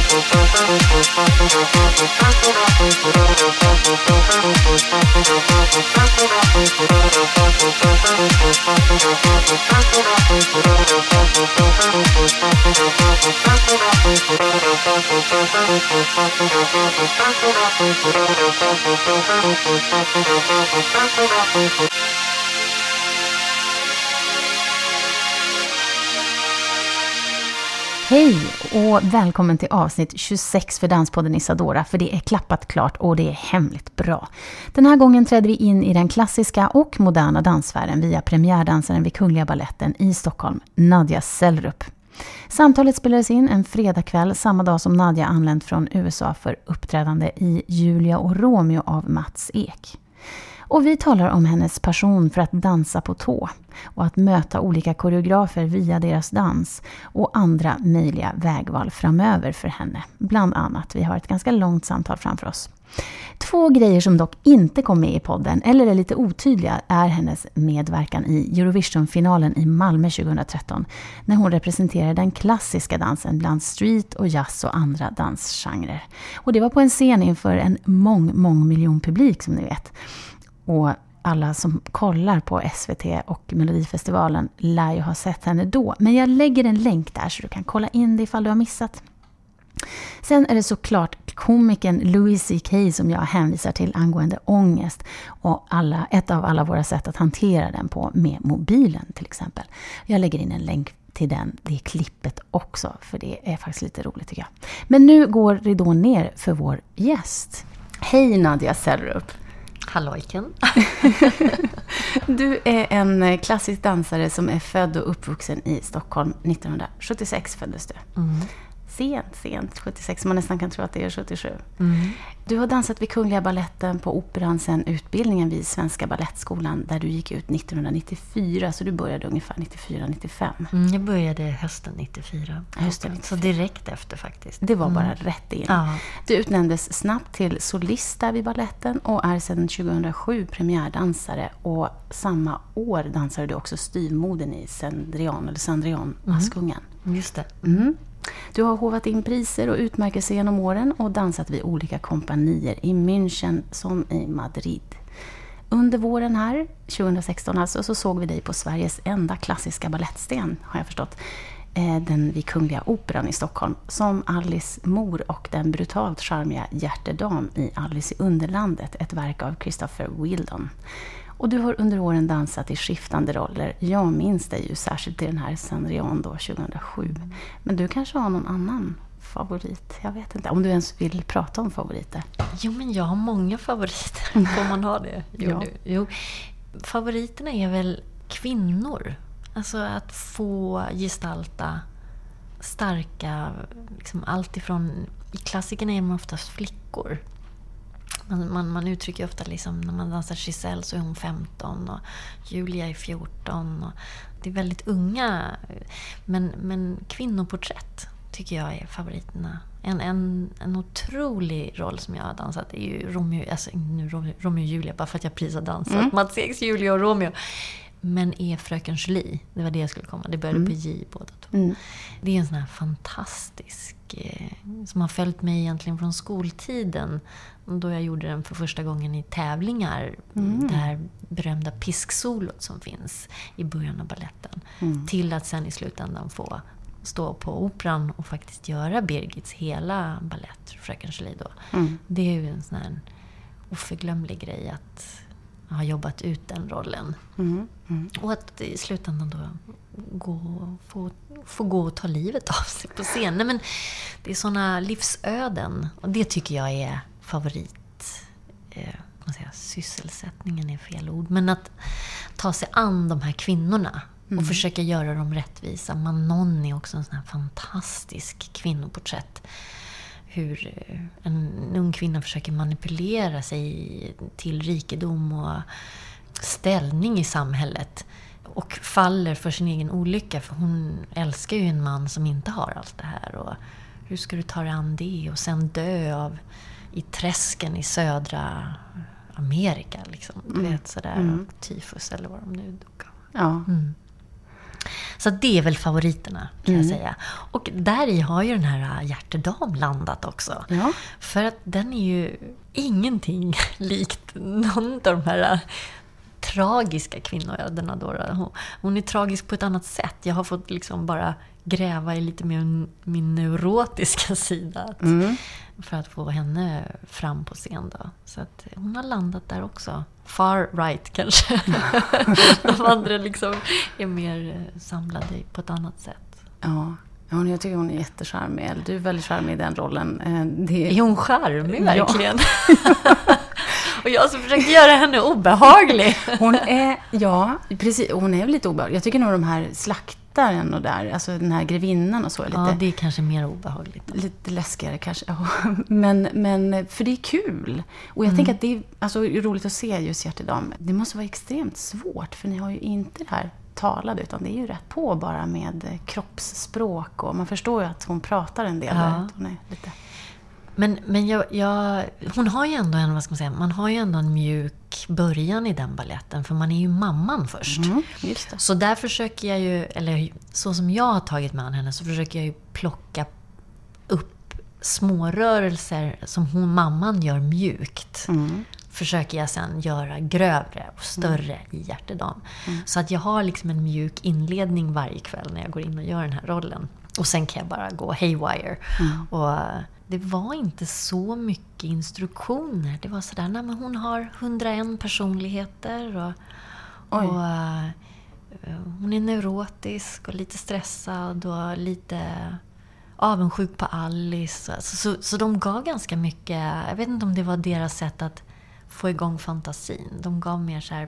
Hej och välkommen till avsnitt 26 för Danspodden Isadora, för det är klappat klart och det är hemligt bra. Den här gången trädde vi in i den klassiska och moderna danssfären via premiärdansaren vid Kungliga Balletten i Stockholm, Nadja Sellrup. Samtalet spelades in en fredagkväll samma dag som Nadja anlänt från USA för uppträdande i Julia och Romeo av Mats Ek. Och vi talar om hennes passion för att dansa på tå och att möta olika koreografer via deras dans och andra möjliga vägval framöver för henne. Bland annat, vi har ett ganska långt samtal framför oss. 2 grejer som dock inte kom med i podden eller är lite otydliga är hennes medverkan i Eurovision-finalen i Malmö 2013 när hon representerade den klassiska dansen bland street och jazz och andra dansgenrer. Och det var på en scen inför en mång miljon publik som ni vet. Och alla som kollar på SVT och Melodifestivalen lär ju ha sett henne då. Men jag lägger en länk där så du kan kolla in det ifall du har missat. Sen är det såklart komikern Louis CK som jag hänvisar till angående ångest. Och ett av alla våra sätt att hantera den på med mobilen till exempel. Jag lägger in en länk till det klippet också, för det är faktiskt lite roligt tycker jag. Men nu går ridån ner för vår gäst. Hej Nadja Sellrup. Hallojken. Du är en klassisk dansare som är född och uppvuxen i Stockholm. 1976 föddes du. Sent 76, man nästan kan tro att det är 77. Du har dansat vid Kungliga Balletten på Operan sen utbildningen vid Svenska Ballettskolan där du gick ut 1994, så du började ungefär 94-95. Jag började hösten 94. Så direkt efter faktiskt. Det var bara rätt in. Ja. Du utnämndes snabbt till solista vid balletten och är sedan 2007 premiärdansare, och samma år dansade du också styvmodern i Cendrillon, Askungen. Just det. Du har hovat in priser och utmärkelser genom åren och dansat vid olika kompanier i München som i Madrid. Under våren här, 2016 alltså, så såg vi dig på Sveriges enda klassiska ballettscen, har jag förstått. Den vid Kungliga Operan i Stockholm, som Alice mor och den brutalt charmiga hjärtedam i Alice i Underlandet, ett verk av Christopher Wheeldon. Och du har under åren dansat i skiftande roller. Jag minns dig ju särskilt i den här Cendrillon då 2007. Men du kanske har någon annan favorit? Jag vet inte. Om du ens vill prata om favoriter. Jo, men jag har många favoriter. Får man ha det? Jo. Favoriterna är väl kvinnor. Alltså att få gestalta starka, liksom allt ifrån, i klassikerna är man oftast flickor. Man uttrycker ofta liksom, när man dansar Giselle så är hon 15 och Julia är 14 och det är väldigt unga, men kvinnoporträtt tycker jag är favoriterna. En otrolig roll som jag har dansat är ju Romeo och Julia, bara för att jag prisar dansat Mats Eks Julia och Romeo, men är Fröken Julie, det var det jag skulle komma, det började på J båda två. Det är en sån här fantastisk som har följt mig egentligen från skoltiden, då jag gjorde den för första gången i tävlingar, det här berömda pisksolot som finns i början av balletten, till att sen i slutändan få stå på operan och faktiskt göra Birgits hela ballett, Fröken Julie då. Det är ju en sån här oförglömlig grej att ha jobbat ut den rollen. Och att i slutändan då få gå och ta livet av sig på scen. Nej, men det är såna livsöden, och det tycker jag är favorit. Sysselsättningen är fel ord, men att ta sig an de här kvinnorna och försöka göra dem rättvisa. Manon är också en sån här fantastisk kvinnoporträtt. Hur en ung kvinna försöker manipulera sig till rikedom och ställning i samhället och faller för sin egen olycka, för hon älskar ju en man som inte har allt det här, och hur ska du ta dig an det och sen dö i träsken i södra Amerika liksom, du vet sådär, tyfus eller vad de nu dog. Ja. Så det är väl favoriterna kan jag säga. Och där i har ju den här Hjärtedam landat också. Ja. För att den är ju ingenting likt någon av de här tragiska kvinnoödena då. Hon är tragisk på ett annat sätt. Jag har fått liksom bara gräva i lite mer min neurotiska sida för att få henne fram på scen då. Så att hon har landat där också. Far right kanske. De andra liksom är mer samlade på ett annat sätt. Ja, jag tycker hon är jättecharmig. Du är väldigt charmig i den rollen. Är hon charmig verkligen? Ja. Och jag som försöker göra henne obehaglig. Hon är, precis. Hon är lite obehaglig. Jag tycker nog de här slaktaren och där, alltså den här grevinnan och så är lite... Ja, det är kanske mer obehagligt. Lite läskigare kanske. Ja. Men för det är kul. Och jag tänker att det är alltså, roligt att se just Hjärtedam. Det måste vara extremt svårt, för ni har ju inte det här talade, utan det är ju rätt på bara med kroppsspråk. Och man förstår ju att hon pratar en del. Där. Hon är lite... Men hon har ju ändå man har ju ändå en mjuk början i den balletten, för man är ju mamman först. Just det. Så där försöker jag ju, eller så som jag har tagit med henne, så försöker jag ju plocka upp små rörelser som mamman gör mjukt. Försöker jag sen göra grövre och större i Hjärtedam. Så att jag har liksom en mjuk inledning varje kväll när jag går in och gör den här rollen. Och sen kan jag bara gå haywire. Och det var inte så mycket instruktioner. Det var sådär, men hon har 101 personligheter. Och hon är neurotisk och lite stressad och lite avundsjuk på Alice. Så de gav ganska mycket, jag vet inte om det var deras sätt att få igång fantasin. De gav mer så här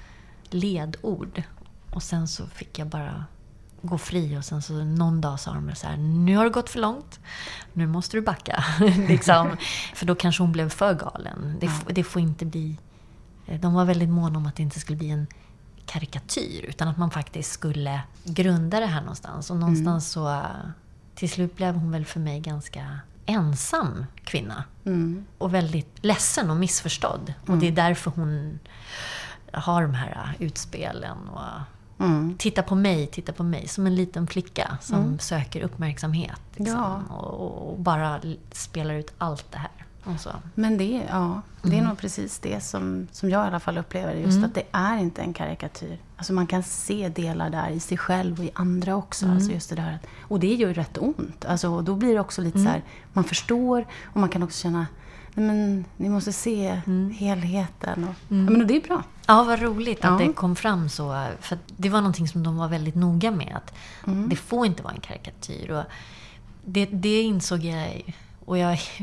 ledord. Och sen så fick jag bara gå fri, och sen så någon dag sa de så här: nu har det gått för långt, nu måste du backa. Liksom. För då kanske hon blev för galen. Det får inte bli... De var väldigt måna om att det inte skulle bli en karikatyr, utan att man faktiskt skulle grunda det här någonstans. Och någonstans så till slut blev hon väl för mig ganska ensam kvinna. Och väldigt ledsen och missförstådd. Och det är därför hon har de här utspelen och titta på mig som en liten flicka som söker uppmärksamhet liksom, och bara spelar ut allt det här. Och så. Men det är nog precis det som jag i alla fall upplever, just att det är inte en karikatyr. Alltså man kan se delar där i sig själv och i andra också. Alltså just det där. Och det gör ju rätt ont. Alltså då blir det också lite så här, man förstår, och man kan också känna, nej men ni måste se helheten. Och, ja, men det är bra. Ja, vad roligt att det kom fram så. För det var någonting som de var väldigt noga med. Att det får inte vara en karikatyr. Och det insåg jag. Och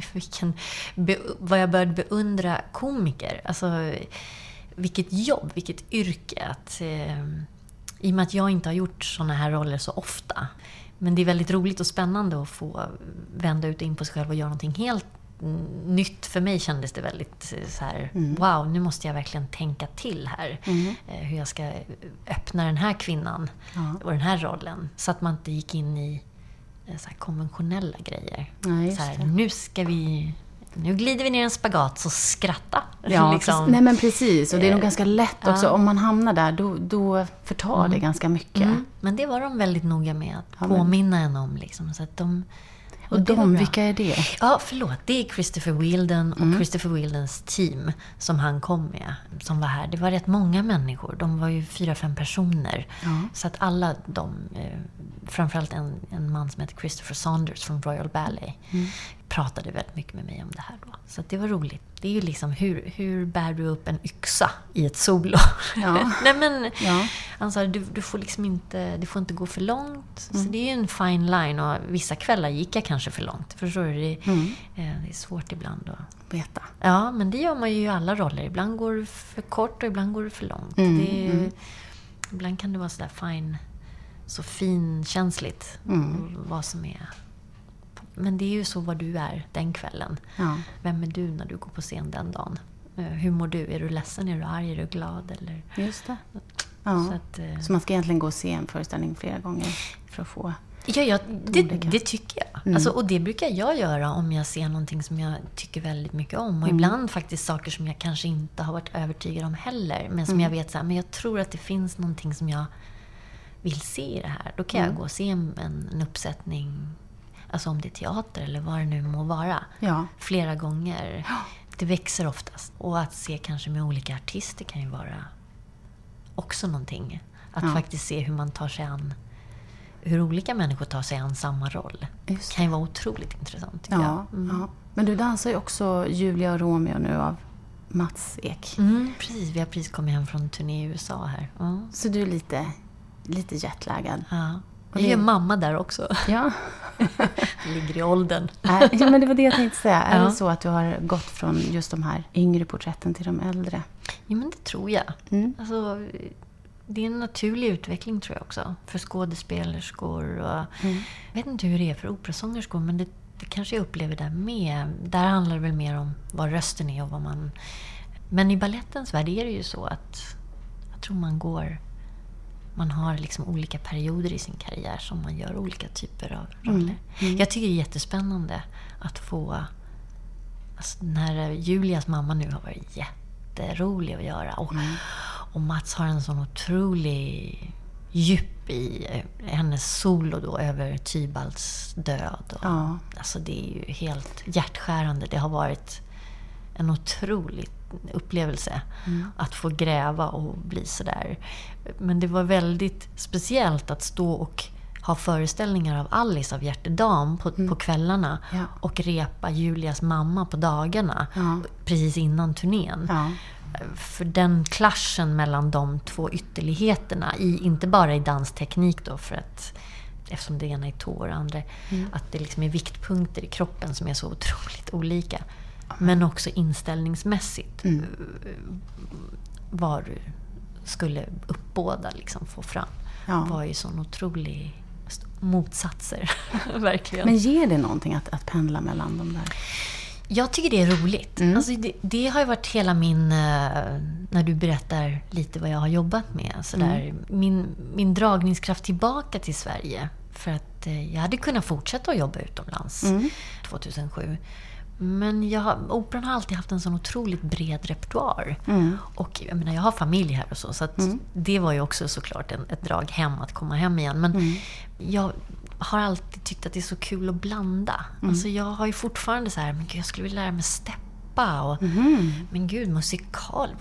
vad jag började beundra komiker. Alltså vilket jobb, vilket yrke. Att, i och med att jag inte har gjort såna här roller så ofta. Men det är väldigt roligt och spännande att få vända ut in på sig själv och göra någonting helt nytt. För mig kändes det väldigt så här, wow, nu måste jag verkligen tänka till här. Hur jag ska öppna den här kvinnan och den här rollen. Så att man inte gick in i så här konventionella grejer. Ja, så här, nu glider vi ner en spagat, så skratta. Ja, liksom. Nej men precis. Och det är nog ganska lätt också. Om man hamnar där, då förtar det ganska mycket. Men det var de väldigt noga med att påminna en om. Liksom, så att vilka är det? Ja, förlåt. Det är Christopher Wheeldon och Christopher Wheeldons team som han kom med, som var här. Det var rätt många människor. De var ju 4-5 personer. Så att alla de, framförallt en man som heter Christopher Saunders från Royal Ballet, pratade väldigt mycket med mig om det här då. Så att det var roligt. Det är ju liksom, hur bär du upp en yxa i ett solo? Nej men, han sa, du får liksom inte, du får inte gå för långt. Så det är ju en fine line, och vissa kvällar gick jag kanske för långt. Förstår du? Det är svårt ibland att veta. Ja, men det gör man ju i alla roller. Ibland går det för kort och ibland går det för långt. Ibland kan det vara sådär så finkänsligt vad som är. Men det är ju så vad du är den kvällen. Vem är du när du går på scen den dagen? Hur mår du? Är du ledsen? Är du arg? Är du glad? Eller? Just det. Så man ska egentligen gå och se en föreställning flera gånger för att få... Ja, det tycker jag. Alltså, och det brukar jag göra om jag ser någonting som jag tycker väldigt mycket om. Och ibland faktiskt saker som jag kanske inte har varit övertygad om heller. Men som jag vet så här, men jag tror att det finns någonting som jag vill se det här, då kan jag gå och se en uppsättning, alltså om det är teater eller vad det nu må vara, flera gånger. Det växer oftast. Och att se kanske med olika artister kan ju vara också någonting. Att faktiskt se hur man tar sig an, hur olika människor tar sig an samma roll. Det kan ju vara otroligt intressant, tycker jag. Men du dansar ju också Julia och Romeo nu av Mats Ek. Precis, vi har precis kommit hem från turné i USA här. Så du är lite jetlaggad. Ja. Jag är mamma där också. Ja. Ligger i åldern. Ja, men det var det jag tänkte säga. Är det så att du har gått från just de här yngre porträtten till de äldre? Ja, men det tror jag. Alltså, det är en naturlig utveckling, tror jag också. För skådespelerskor. Och jag vet inte hur det är för operasångerskor, men det kanske jag upplever där med. Där handlar det väl mer om vad rösten är och vad man... Men i ballettens värld är det ju så att jag tror man har liksom olika perioder i sin karriär som man gör olika typer av roller. Jag tycker det är jättespännande att få... Alltså den här Julias mamma nu har varit jätterolig att göra. Och Mats har en sån otrolig djup i hennes solo då över Tybalds död. Alltså det är ju helt hjärtskärande. Det har varit en otrolig upplevelse att få gräva och bli sådär. Men det var väldigt speciellt att stå och ha föreställningar av Alice av Hjärtedam på kvällarna och repa Julias mamma på dagarna precis innan turnén. För den klaschen mellan de två ytterligheterna, inte bara i dansteknik då, för att eftersom det ena är tå och det andra, att det liksom är viktpunkter i kroppen som är så otroligt olika. Men också inställningsmässigt vad du skulle uppbåda liksom få fram var ju sån otrolig motsatser. Verkligen. Men ger det någonting att pendla mellan dem där? Jag tycker det är roligt. Alltså det har ju varit hela min... När du berättar lite vad jag har jobbat med. Så där, min dragningskraft tillbaka till Sverige. För att jag hade kunnat fortsätta att jobba utomlands 2007. Men operan har alltid haft en sån otroligt bred repertoar. Och jag menar, jag har familj här och så att det var ju också såklart ett drag hem att komma hem igen. Men jag har alltid tyckt att det är så kul att blanda. Alltså jag har ju fortfarande så här, men gud, jag skulle vilja lära mig steppa och men gud, musikal.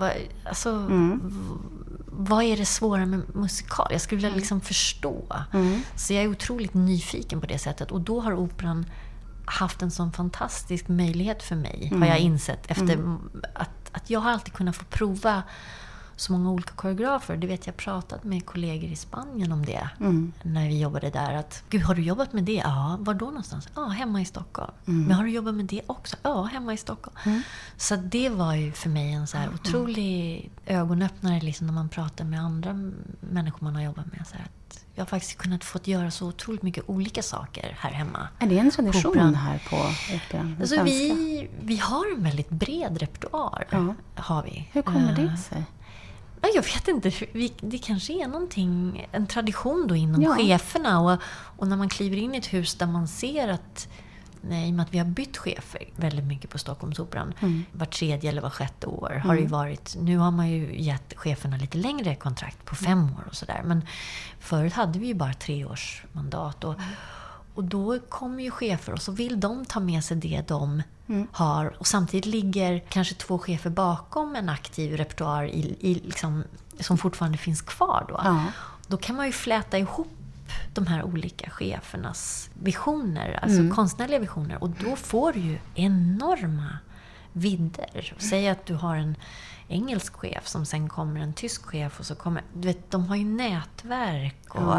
Vad är det svåra med musikal? Jag skulle vilja liksom förstå. Så jag är otroligt nyfiken på det sättet. Och då har operan haft en sån fantastisk möjlighet för mig, har jag insett efter att jag har alltid kunnat få prova så många olika koreografer. Det vet jag pratat med kollegor i Spanien om det när vi jobbade där. Att, gud, har du jobbat med det? Ja, var då någonstans? Ja, hemma i Stockholm. Men har du jobbat med det också? Ja, hemma i Stockholm. Så det var ju för mig en så här otrolig ögonöppnare liksom, när man pratar med andra människor man har jobbat med. Så här, att jag har faktiskt kunnat få göra så otroligt mycket olika saker här hemma. Är det en tradition här på operan? Alltså vi har en väldigt bred repertoar. Har vi. Hur kommer det sig? Jag vet inte. Det kanske är någonting, en tradition då inom cheferna. Och när man kliver in i ett hus där man ser att, i och med att vi har bytt chefer väldigt mycket på Stockholmsoperan, var tredje eller var sjätte år har det ju varit. Nu har man ju gett cheferna lite längre kontrakt på 5 år och sådär. Men förut hade vi ju bara 3 års mandat. Och då kommer ju chefer och så vill de ta med sig det de har. Och samtidigt ligger kanske 2 chefer bakom en aktiv repertoar liksom, som fortfarande finns kvar då. Då kan man ju fläta ihop de här olika chefernas visioner, alltså konstnärliga visioner. Och då får du ju enorma vidder. Säg att du har en engelsk chef som sen kommer en tysk chef och så kommer... Du vet, de har ju nätverk och...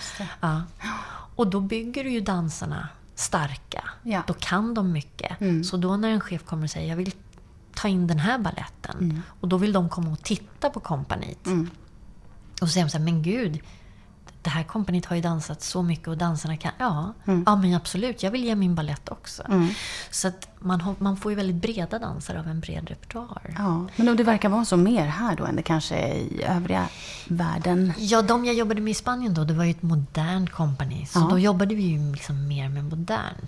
Och då bygger du ju dansarna starka. Då kan de mycket. Så då när en chef kommer och säger jag vill ta in den här balletten. Och då vill de komma och titta på kompaniet. Och så säger de så här, men gud, det här kompaniet har ju dansat så mycket och dansarna kan... Ja, men absolut, jag vill ge min ballett också. Så att man får ju väldigt breda dansare av en bred repertoar. Ja, men det verkar vara så mer här då än det kanske är i övriga världen. Ja, de jag jobbade med i Spanien då, det var ju ett modernt kompani. Så då jobbade vi ju liksom mer med modernt.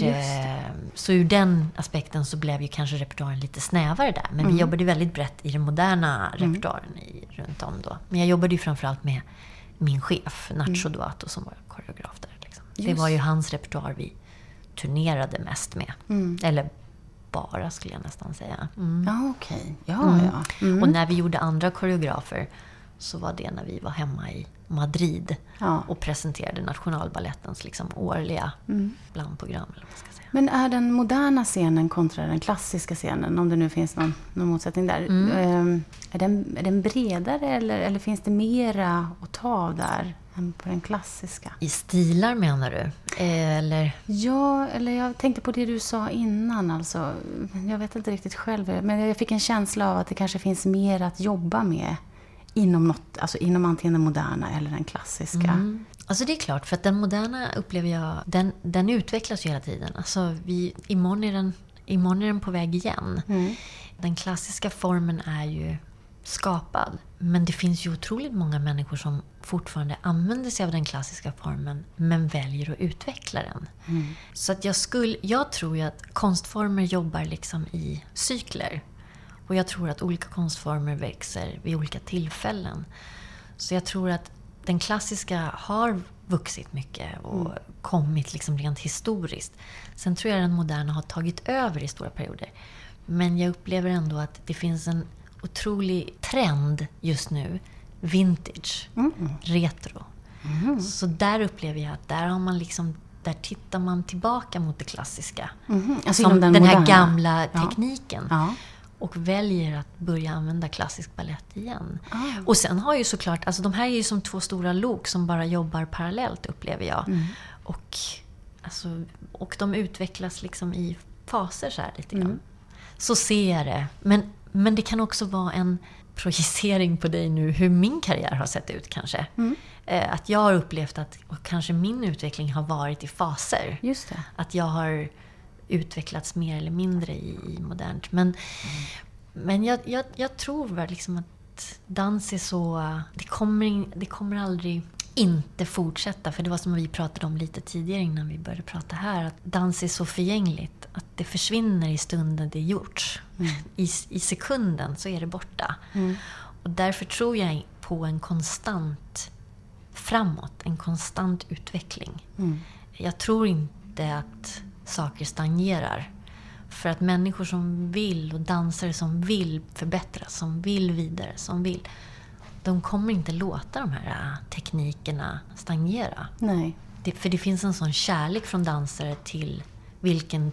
Så ur den aspekten så blev ju kanske repertoaren lite snävare där. Men vi jobbade väldigt brett i den moderna repertoaren runt om då. Men jag jobbade ju framförallt med min chef, Nacho Duato, som var koreograf där. Liksom. Det var ju hans repertoar vi turnerade mest med. Eller bara, skulle jag nästan säga. Ja, okej. Ja. Och när vi gjorde andra koreografer så var det när vi var hemma i Madrid och presenterade Nationalballettens liksom årliga blandprogram. Eller vad man ska säga. Men är den moderna scenen kontra den klassiska scenen, om det nu finns någon motsättning där, är den bredare eller finns det mera att ta av där än på den klassiska? I stilar menar du? Eller? Ja, eller jag tänkte på det du sa innan. Alltså, jag vet inte riktigt själv, men jag fick en känsla av att det kanske finns mer att jobba med inom något, alltså inom antingen den moderna eller den klassiska. Alltså det är klart, för att den moderna upplever jag, den utvecklas ju hela tiden. Alltså imorgon är den på väg igen. Den klassiska formen är ju skapad, men det finns ju otroligt många människor som fortfarande använder sig av den klassiska formen men väljer att utveckla den. Så att jag tror ju att konstformer jobbar liksom i cykler. Och jag tror att olika konstformer växer vid olika tillfällen. Så jag tror att den klassiska har vuxit mycket och kommit liksom rent historiskt. Sen tror jag att den moderna har tagit över i stora perioder. Men jag upplever ändå att det finns en otrolig trend just nu. Vintage, retro. Så där upplever jag att där tittar man tillbaka mot det klassiska. Alltså som den moderna här gamla tekniken. Ja. Och väljer att börja använda klassisk ballett igen. Och sen har ju såklart, alltså de här är ju som två stora lok som bara jobbar parallellt, upplever jag. Och de utvecklas liksom i faser så här lite grann. Så ser jag det. Men det kan också vara en projicering på dig nu hur min karriär har sett ut kanske. Att jag har upplevt att kanske min utveckling har varit i faser. Just det. Att jag har utvecklats mer eller mindre i modernt. Men jag tror väl liksom att dans är så... Det kommer aldrig inte fortsätta. För det var som vi pratade om lite tidigare innan vi började prata här. Att dans är så förgängligt. Att det försvinner i stunden det är gjort. I sekunden så är det borta. Och därför tror jag på en konstant framåt. En konstant utveckling. Jag tror inte att saker stagnerar. För att människor som vill och dansare som vill förbättras, som vill vidare, de kommer inte låta de här teknikerna stagnera. Nej. För det finns en sån kärlek från dansare till vilken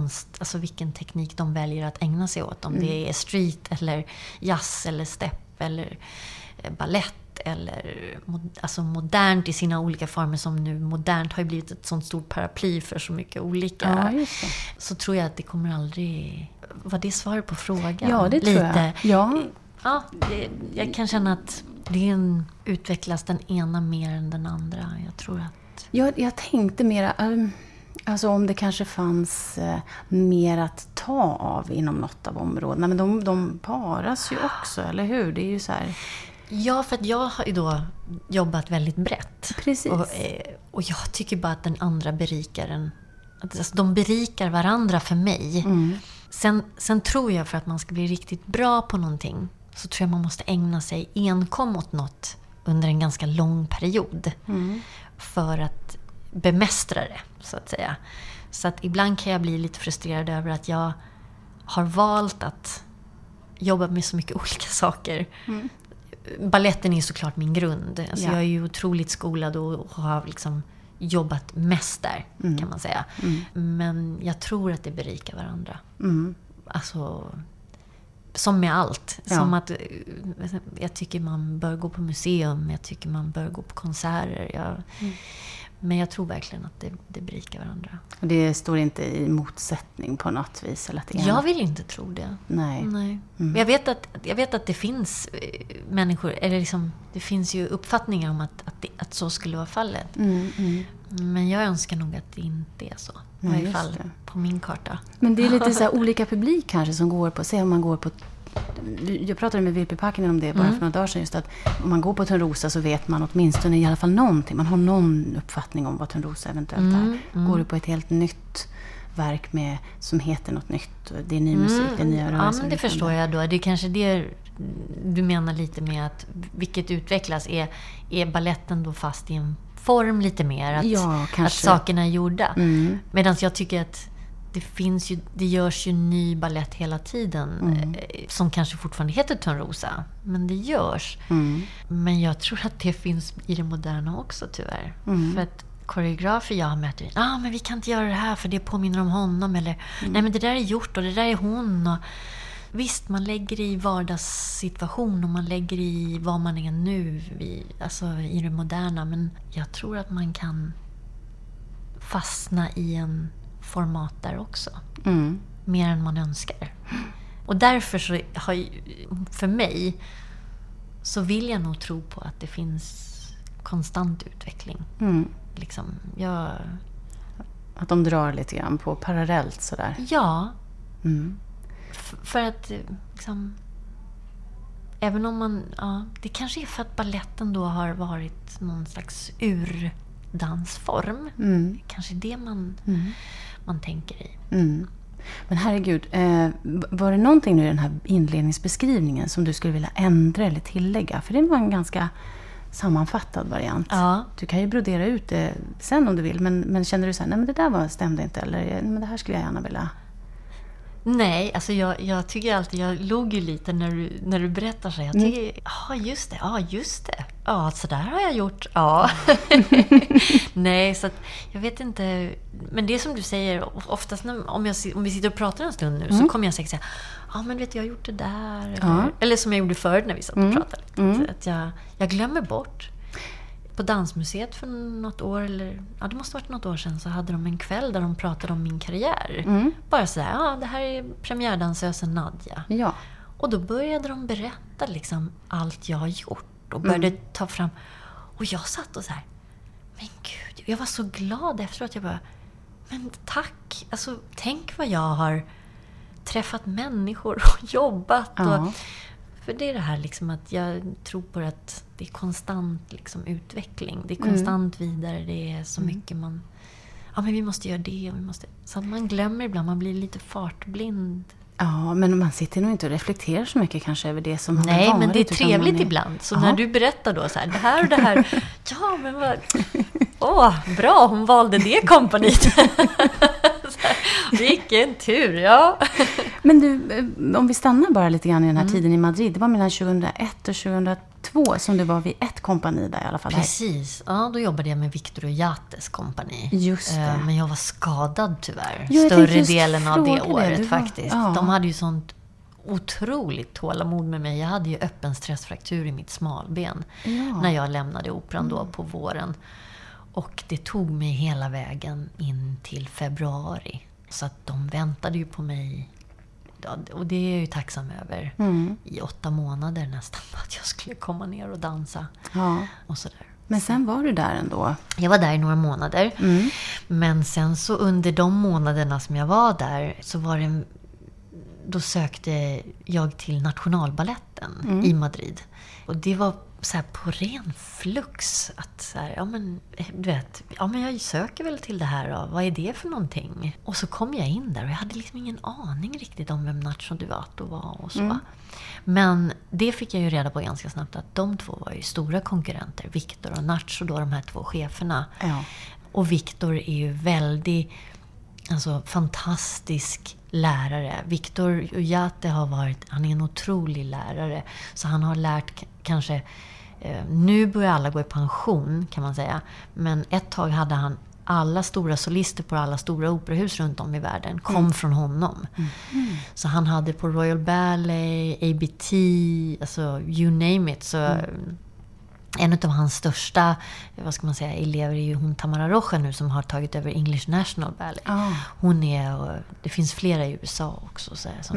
teknik de väljer att ägna sig åt. Om det är street eller jazz eller step eller ballett eller alltså modernt i sina olika former, som nu modernt har ju blivit ett sånt stort paraply för så mycket olika. Så tror jag att det kommer aldrig... Var det svar på frågan? Ja, det tror jag. Ja, jag kan känna att det utvecklas den ena mer än den andra. Jag tror att... Jag tänkte mera... Alltså om det kanske fanns mer att ta av inom något av områdena. Men de paras ju också, eller hur? Det är ju så här... Ja, för att jag har ju då jobbat väldigt brett. Precis. Och jag tycker bara att den andra berikar en. Alltså, de berikar varandra för mig. Sen tror jag, för att man ska bli riktigt bra på någonting, så tror jag man måste ägna sig enkom åt något under en ganska lång period. För att bemästra det, så att säga. Så att ibland kan jag bli lite frustrerad över att jag har valt att jobba med så mycket olika saker. Balletten är såklart min grund. Alltså jag är ju otroligt skolad och har liksom jobbat mest där, kan man säga. Men jag tror att det berikar varandra. Alltså, som med allt. Som att jag tycker man bör gå på museum. Jag tycker man bör gå på konserter. Men jag tror verkligen att det berikar varandra. Och det står inte i motsättning på något vis? Eller att jag vill inte tro det. Nej. Jag vet att det finns människor, eller liksom, det finns ju uppfattningar om att så skulle vara fallet. Men jag önskar nog att det inte är så. I varje fall på min karta. Men det är lite så här olika publik kanske som går på, se om man går på... Jag pratade med Virpi Packinen om det bara för några dagar sedan, just att om man går på Törnrosa så vet man åtminstone i alla fall någonting. Man har någon uppfattning om vad Törnrosa eventuellt är. Går du på ett helt nytt verk som heter något nytt, det är ny musik, det är nya rörelser. Ja, men det förstår jag då. Det är kanske det du menar lite med att vilket utvecklas, är balletten då fast i en form lite mer, att sakerna är gjorda. Medan jag tycker att det görs ju ny ballett hela tiden, som kanske fortfarande heter Törnrosa, men det görs. Men jag tror att det finns i det moderna också, tyvärr. För att koreografer jag har mött, men vi kan inte göra det här för det påminner om honom, eller nej, men det där är gjort och det där är hon. Och visst, man lägger i vardagssituation och man lägger i vad man är nu, alltså i det moderna, men jag tror att man kan fastna i en format där också. Mer än man önskar. Och därför så för mig så vill jag nog tro på att det finns konstant utveckling. Liksom, att de drar lite grann på parallellt sådär. Ja. För att liksom, även om man, det kanske är för att balletten då har varit någon slags urdansform. Kanske det man tänker i. Men herregud, var det någonting nu i den här inledningsbeskrivningen som du skulle vilja ändra eller tillägga? För det var en ganska sammanfattad variant. Ja. Du kan ju brodera ut det sen om du vill, men känner du så här, nej men det där stämde inte, eller men det här skulle jag gärna vilja... Nej, alltså jag tycker alltid, jag låg ju lite när du berättar så. Jag tycker, just det. Ja, så där har jag gjort. Ja. Nej, så att jag vet inte. Men det som du säger, oftast om vi sitter och pratar en stund nu, så kommer jag säkert säga, men vet du, jag har gjort det där. Eller som jag gjorde förut när vi satt och pratade lite. Att jag glömmer bort. På Dansmuseet för något år, det måste ha varit något år sedan, så hade de en kväll där de pratade om min karriär. Bara sådär, det här är premiärdansösen Nadja. Ja. Och då började de berätta liksom allt jag har gjort och började ta fram. Och jag satt och så här, men gud, jag var så glad efteråt. Jag bara, men tack. Alltså, tänk vad jag har träffat människor och jobbat. Ja. För det är det här liksom att jag tror på att det är konstant liksom utveckling. Det är konstant vidare. Det är så mycket man... Ja, men vi måste göra det. Och vi måste, så att man glömmer ibland. Man blir lite fartblind. Ja, men man sitter nog inte och reflekterar så mycket kanske över det som har varit. Nej, men det är trevligt ibland. Så när du berättar då så här, det här och det här. Ja, men vad... bra, hon valde det kompaniet. Vilken tur, ja. Men du, om vi stannar bara lite grann i den här tiden i Madrid. Det var mellan 2001 och 2002 som du var vid ett kompani där i alla fall. Precis, ja, då jobbade jag med Victor Oyates kompani. Just det. Men jag var skadad tyvärr. Större delen av det året faktiskt. Ja. De hade ju sånt otroligt tålamod med mig. Jag hade ju öppen stressfraktur i mitt smalben när jag lämnade operan då på våren. Och det tog mig hela vägen in till februari. Så att de väntade ju på mig. Och det är jag ju tacksam över. I 8 månader nästan. Att jag skulle komma ner och dansa. Ja. Och sådär. Men sen var du där ändå? Jag var där i några månader. Men sen så under de månaderna som jag var där, så var det... Då sökte jag till Nationalballetten i Madrid. Och det var så här på ren flux att så här, men jag söker väl till det här då. Vad är det för någonting? Och så kom jag in där och jag hade liksom ingen aning riktigt om vem Nacho Duvato var och så. Men det fick jag ju reda på ganska snabbt, att de två var ju stora konkurrenter, Victor och Nacho då, de här 2 cheferna. Ja. Och Victor är ju väldigt fantastisk lärare. Victor Oyate han är en otrolig lärare. Så han har lärt kanske, nu börjar alla gå i pension kan man säga. Men ett tag hade han alla stora solister på alla stora operahus runt om i världen kom från honom. Så han hade på Royal Ballet, ABT, alltså you name it. Så en av hans största, elever är ju hon Tamara Rocha nu, som har tagit över English National Ballet. Hon är, det finns flera i USA också.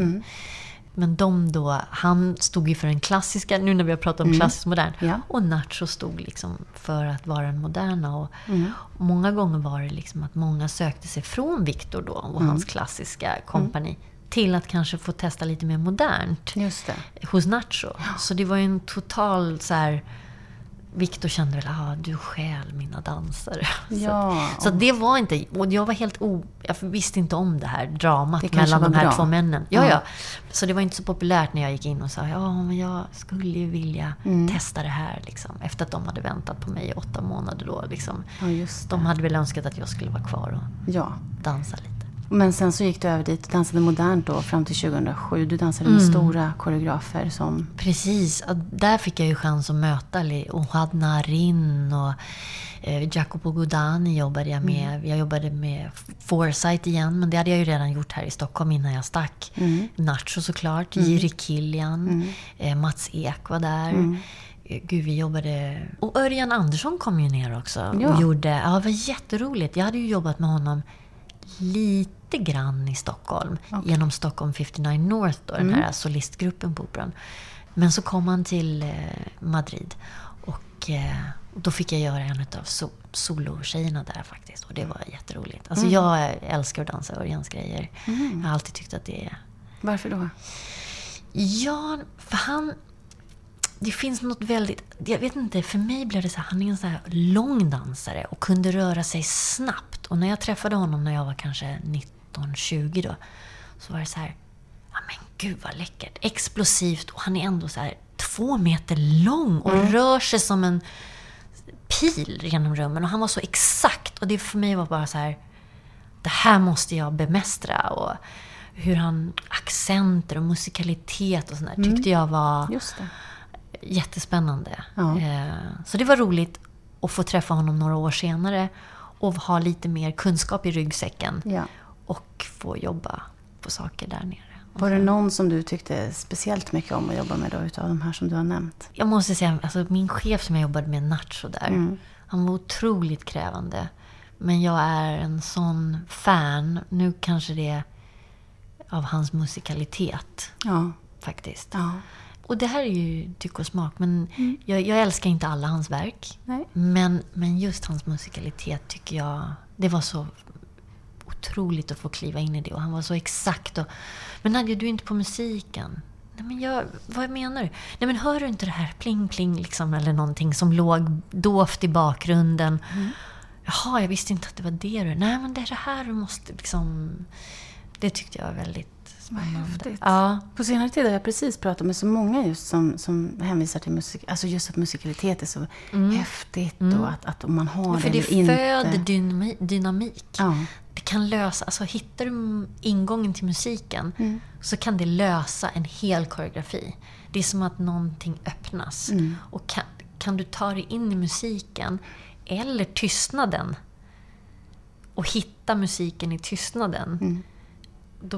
Men han stod ju för den klassiska, nu när vi har pratat om klassisk modern. Ja. Och Nacho stod liksom för att vara den moderna. Och många gånger var det liksom att många sökte sig från Victor då och hans klassiska kompani till att kanske få testa lite mer modernt. Just det. Hos Nacho. Ja. Så det var ju en total så här Victor kände väl, du stjäl mina dansare. Ja. Så det var inte, och jag var jag visste inte om det här dramat det mellan de här bra. två männen. Ja. Så det var inte så populärt när jag gick in och sa, men jag skulle ju vilja testa det här liksom. Efter att de hade väntat på mig i 8 månader då liksom. Ja, just det. De hade väl önskat att jag skulle vara kvar och dansa lite. Men sen så gick du över dit och dansade modernt då fram till 2007. Du dansade med stora koreografer som... Precis, där fick jag ju chans att möta Ohad Narin och Jacopo Godani jobbade jag med. Jag jobbade med Foresight igen, men det hade jag ju redan gjort här i Stockholm innan jag stack. Nacho såklart, Jiri Kilian, Mats Ek var där. Gud, vi jobbade... Och Örjan Andersson kom ju ner också och gjorde... Ja, det var jätteroligt. Jag hade ju jobbat med honom lite grann i Stockholm genom Stockholm 59 North då, den här solistgruppen på Operan. Men så kom han till Madrid och då fick jag göra en av solotjejerna där faktiskt, och det var jätteroligt. Alltså jag älskar att dansa Örjans grejer. Jag har alltid tyckt att det är... Varför då? Ja, för det finns något väldigt... Jag vet inte, för mig blev det så här, han är en så här lång dansare och kunde röra sig snabbt. Och när jag träffade honom när jag var kanske 19-20 då, så var det så här, men gud vad läckert. Explosivt, och han är ändå så här 2 meter lång och rör sig som en pil genom rummen. Och han var så exakt, och det för mig var bara så här, det här måste jag bemästra. Och hur han, accenter och musikalitet och sånt där tyckte jag var... Just det. Jättespännande. Så det var roligt att få träffa honom några år senare och ha lite mer kunskap i ryggsäcken och få jobba på saker där nere. Var det någon som du tyckte speciellt mycket om att jobba med då, utav de här som du har nämnt? Jag måste säga, alltså min chef som jag jobbade med, Nacho där, han var otroligt krävande. Men jag är en sån fan, nu kanske det är av hans musikalitet faktiskt. Ja. Och det här är ju tyck och smak, men jag älskar inte alla hans verk. Nej. Men just hans musikalitet tycker jag, det var så otroligt att få kliva in i det. Och han var så exakt. Men Nadja, du är inte på musiken. Nej, men vad menar du? Nej, men hör du inte det här pling pling liksom, eller någonting som låg dovt i bakgrunden? Jaha, jag visste inte att det var det du... Nej, men det är det här du måste liksom... Det tyckte jag var väldigt spännande. Ja. På senare tid har jag precis pratat med så många just som hänvisar till musik, alltså just att musikalitet är så häftigt och att om man har för det det föder dynamik. Ja. Det kan lösa, alltså hittar du ingången till musiken så kan det lösa en hel koreografi. Det är som att någonting öppnas. Och kan du ta dig in i musiken eller tystnaden och hitta musiken i tystnaden, då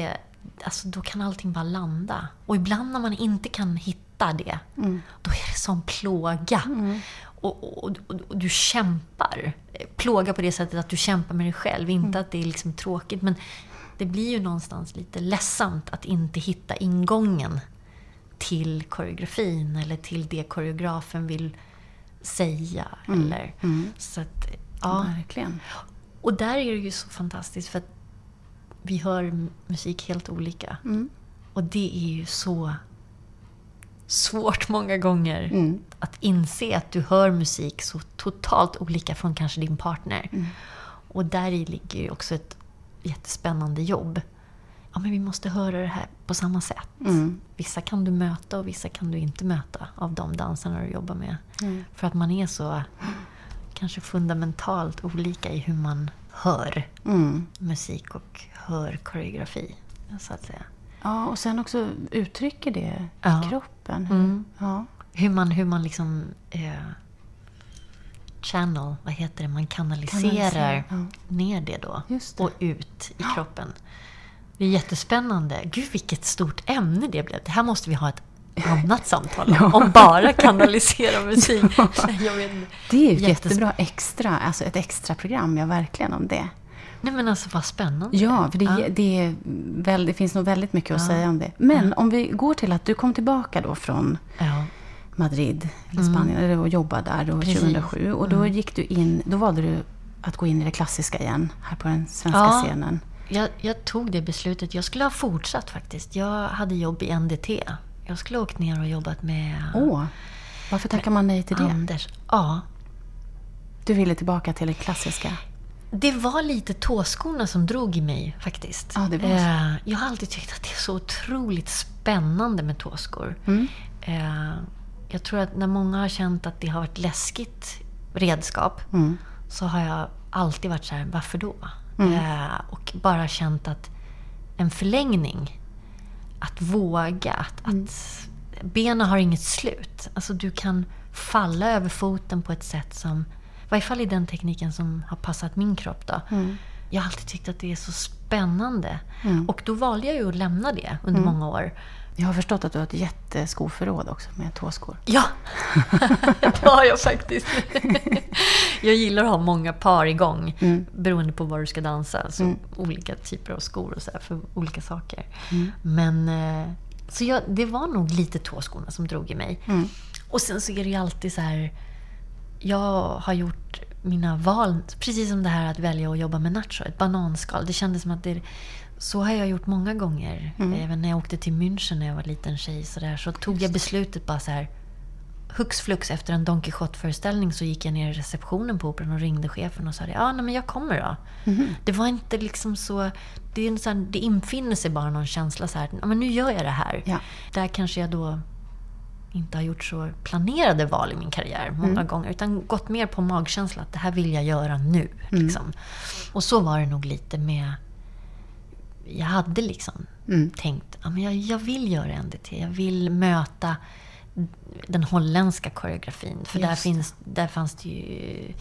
kan allting bara landa. Och ibland när man inte kan hitta det, då är det som plåga. Och du kämpar. Plåga på det sättet att du kämpar med dig själv. Inte att det är liksom tråkigt, men det blir ju någonstans lite ledsamt att inte hitta ingången till koreografin eller till det koreografen vill säga. Eller, så att, verkligen. Och där är det ju så fantastiskt, för att vi hör musik helt olika. Och det är ju så svårt många gånger att inse att du hör musik så totalt olika från kanske din partner. Och där i ligger ju också ett jättespännande jobb. Ja, men vi måste höra det här på samma sätt. Vissa kan du möta och vissa kan du inte möta av de dansarna du jobbar med. För att man är så kanske fundamentalt olika i hur man hör musik och hör koreografi, så att säga. Ja, och sen också uttrycker det i kroppen. Hur man liksom channel, vad heter det? Man kanaliserar ner det då och ut i kroppen. Det är jättespännande. Gud, vilket stort ämne det blev. Det här måste vi ha ett annat samtal om bara kanalisera musik. Det är ju jättebra ett extra program, verkligen om det. Nej, men alltså vad spännande. Ja, för det finns nog väldigt mycket att säga om det. Men om vi går till att du kom tillbaka då från Madrid eller Spanien och jobbade där då 2007, och då gick du in, då valde du att gå in i det klassiska igen här på den svenska scenen. Jag tog det beslutet. Jag skulle ha fortsatt faktiskt. Jag hade jobb i NDT. Jag skulle ha åkt ner och jobbat med Varför tackar man nej till det? Anders, ja. Du ville tillbaka till det klassiska. Det var lite tåskorna som drog i mig faktiskt. Ja, det var så. Jag har alltid tyckt att det är så otroligt spännande med tåskor. Jag tror att när många har känt att det har varit läskigt redskap så har jag alltid varit så här, varför då? Och bara känt att en förlängning, att våga, att benen har inget slut. Alltså du kan falla över foten på ett sätt som, i varje fall i den tekniken som har passat min kropp då. Jag har alltid tyckt att det är så spännande. Och då valde jag ju att lämna det under många år. Jag har förstått att du har ett jätteskoförråd också med tåskor. Ja, det har jag faktiskt. Jag gillar att ha många par igång beroende på var du ska dansa. Alltså olika typer av skor och så här för olika saker. Men så det var nog lite tåskorna som drog i mig. Och sen så är det ju alltid så här, jag har gjort mina val, precis som det här att välja att jobba med nacho, ett bananskal. Det kändes som att så har jag gjort många gånger. Även när jag åkte till München när jag var liten tjej så tog jag beslutet bara så här, hux flux efter en Don Quixote-föreställning så gick jag ner i receptionen på operan och ringde chefen och sa nej men jag kommer då. Det var inte liksom så, det infinner sig bara någon känsla så här, men nu gör jag det här. Ja. Där kanske jag då inte har gjort så planerade val i min karriär många gånger, utan gått mer på magkänsla att det här vill jag göra nu. Liksom. Och så var det nog lite med, jag hade liksom tänkt, jag vill göra NDT, jag vill möta den holländska koreografin, för där fanns det ju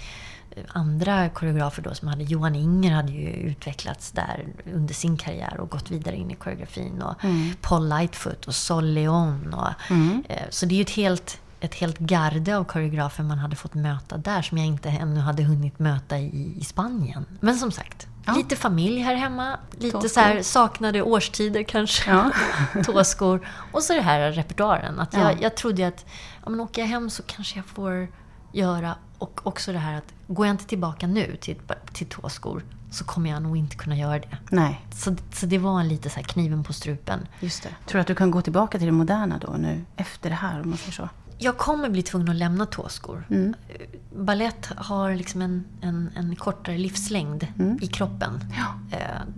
andra koreografer då som hade, Johan Inger hade ju utvecklats där under sin karriär och gått vidare in i koreografin, och Paul Lightfoot och Sol Leon och, så det är ju ett helt garde av koreografer man hade fått möta där som jag inte ännu hade hunnit möta i Spanien. Men som sagt, lite familj här hemma, lite tåskor. Så här saknade årstider kanske, tåskor, och så det här repertoaren. Att jag trodde att åker jag hem så kanske jag får göra, och också det här att går jag inte tillbaka nu till tåskor så kommer jag nog inte kunna göra det. Nej. Så det var en lite så här kniven på strupen. Just det. Tror du att du kan gå tillbaka till det moderna då nu efter det här, om man säger så? Jag kommer bli tvungen att lämna tåskor. Ballett har liksom en kortare livslängd i kroppen. Ja.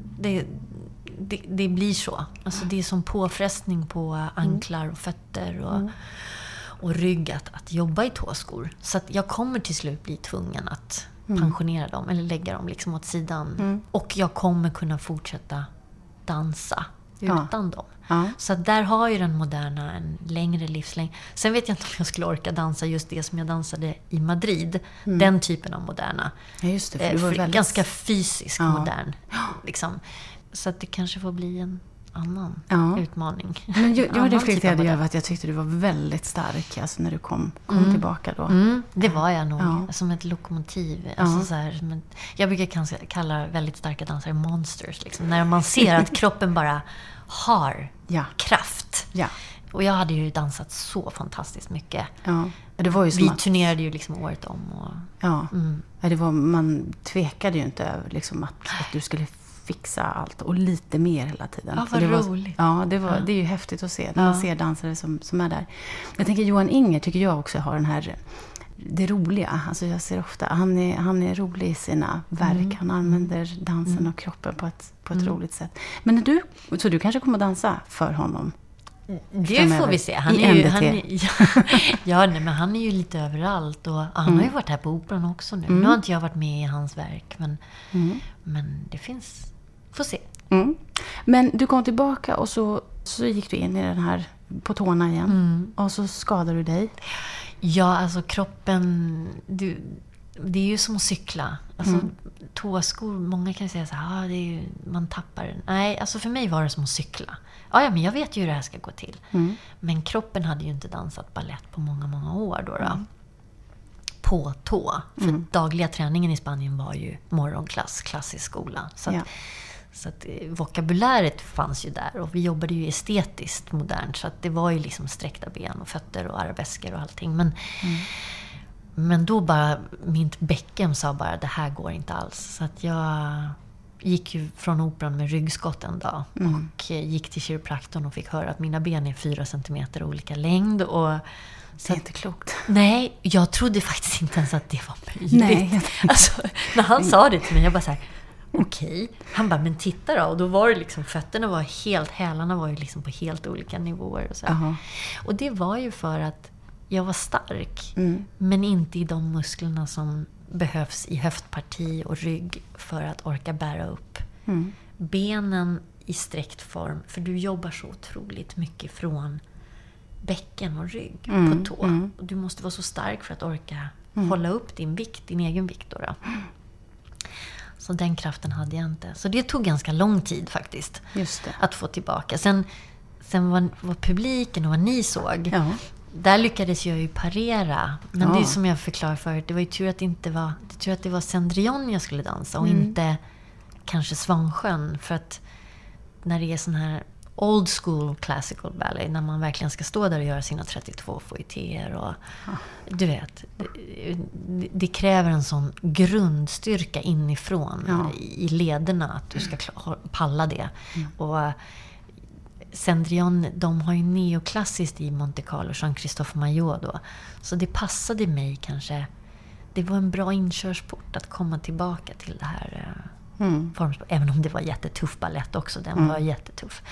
Det blir så. Alltså det är som påfrestning på anklar och fötter och rygg att jobba i tåskor. Så att jag kommer till slut bli tvungen att pensionera dem eller lägga dem liksom åt sidan. Och jag kommer kunna fortsätta dansa utan dem. Ja. Så att där har ju den moderna en längre livslängd. Sen vet jag inte om jag skulle orka dansa just det som jag dansade i Madrid. Den typen av moderna. Ja, just det, för det var väldigt... ganska fysisk modern. Liksom. Så att det kanske får bli en annan utmaning. Men jag reflekterade över att jag tyckte du var väldigt stark alltså när du kom tillbaka då. Det var jag nog, som ett lokomotiv. Alltså så här, jag brukar kalla väldigt starka dansare monsters. Liksom, när man ser att kroppen bara har kraft. Ja. Och jag hade ju dansat så fantastiskt mycket. Ja. Det var ju vi turnerade ju liksom året om. Man tvekade ju inte över liksom att du skulle fixa allt och lite mer hela tiden. Ja, vad roligt. Det är ju häftigt att se när man ser dansare som är där. Jag tänker Johan Inger tycker jag också har den här det roliga. Alltså jag ser ofta han är rolig i sina verk. Han använder dansen och kroppen på ett roligt sätt. Men så du kanske kommer att dansa för honom? Det får vi se. Han är ju lite överallt och han har ju varit här på operan också nu. Nu har inte jag varit med i hans verk, men det finns. Får se. Men du kom tillbaka och så gick du in i den här på tårna igen. Och så skadade du dig. Ja, alltså kroppen, det är ju som att cykla. Alltså tåskor, många kan säga så här, det är ju, man tappar den. Nej, alltså för mig var det som att cykla. Ja, men jag vet ju hur det här ska gå till. Men kroppen hade ju inte dansat ballett på många, många år då. På tå. För dagliga träningen i Spanien var ju morgonklass, klassisk skola. Så att vokabuläret fanns ju där. Och vi jobbade ju estetiskt modernt. Så att det var ju liksom sträckta ben och fötter och arabesker och allting. Men då bara, mitt bäcken sa bara, det här går inte alls. Så att gick ju från operan med ryggskott en dag och gick till kiropraktorn och fick höra att mina ben är 4 centimeter olika längd. Och det är inte klokt. Nej, jag trodde faktiskt inte ens att det var möjligt. Nej. Alltså, när han sa det till mig, jag bara så här, okej. Han bara, men titta då. Och då var det liksom, fötterna var helt, hälarna var ju liksom på helt olika nivåer. Och, så. Och det var ju för att jag var stark. Men inte i de musklerna som behövs i höftparti och rygg för att orka bära upp. Benen i sträckt form. För du jobbar så otroligt mycket från bäcken och rygg på tå. Och du måste vara så stark för att orka hålla upp din vikt, din egen vikt då. Så den kraften hade jag inte. Så det tog ganska lång tid faktiskt. Just det. Att få tillbaka. Sen var publiken och vad ni såg. Där lyckades jag ju parera. Men det är som jag förklarade förut. Det var ju tur att det var Cendrillon jag skulle dansa. Och inte kanske Svansjön. För att när det är sån här old school classical ballet, när man verkligen ska stå där och göra sina 32 fouettéer och du vet, det kräver en sån grundstyrka inifrån i lederna att du ska palla det. Och Cendrillon, de har ju neoklassiskt i Monte Carlo, Jean-Christophe Maillot då. Så det passade mig kanske. Det var en bra inkörsport att komma tillbaka till det här även om det var jättetuff ballett också. Den var jättetuff.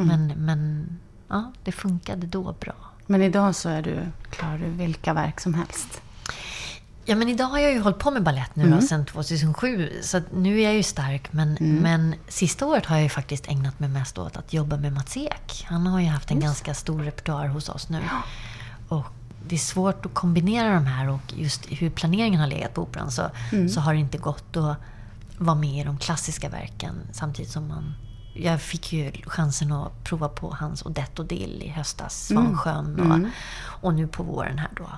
Men ja, det funkade då bra. Men idag så klarar du vilka verk som helst. Ja, men idag har jag ju hållit på med ballett nu då, sedan 2007. Så att nu är jag ju stark. Men sista året har jag ju faktiskt ägnat mig mest åt att jobba med Mats Ek. Han har ju haft en ganska stor repertoar hos oss nu. Och det är svårt att kombinera de här. Och just hur planeringen har legat på operan så har det inte gått att vara med i de klassiska verken. Samtidigt som jag fick ju chansen att prova på hans Odette Odile i höstas, Svansjön och nu på våren här då.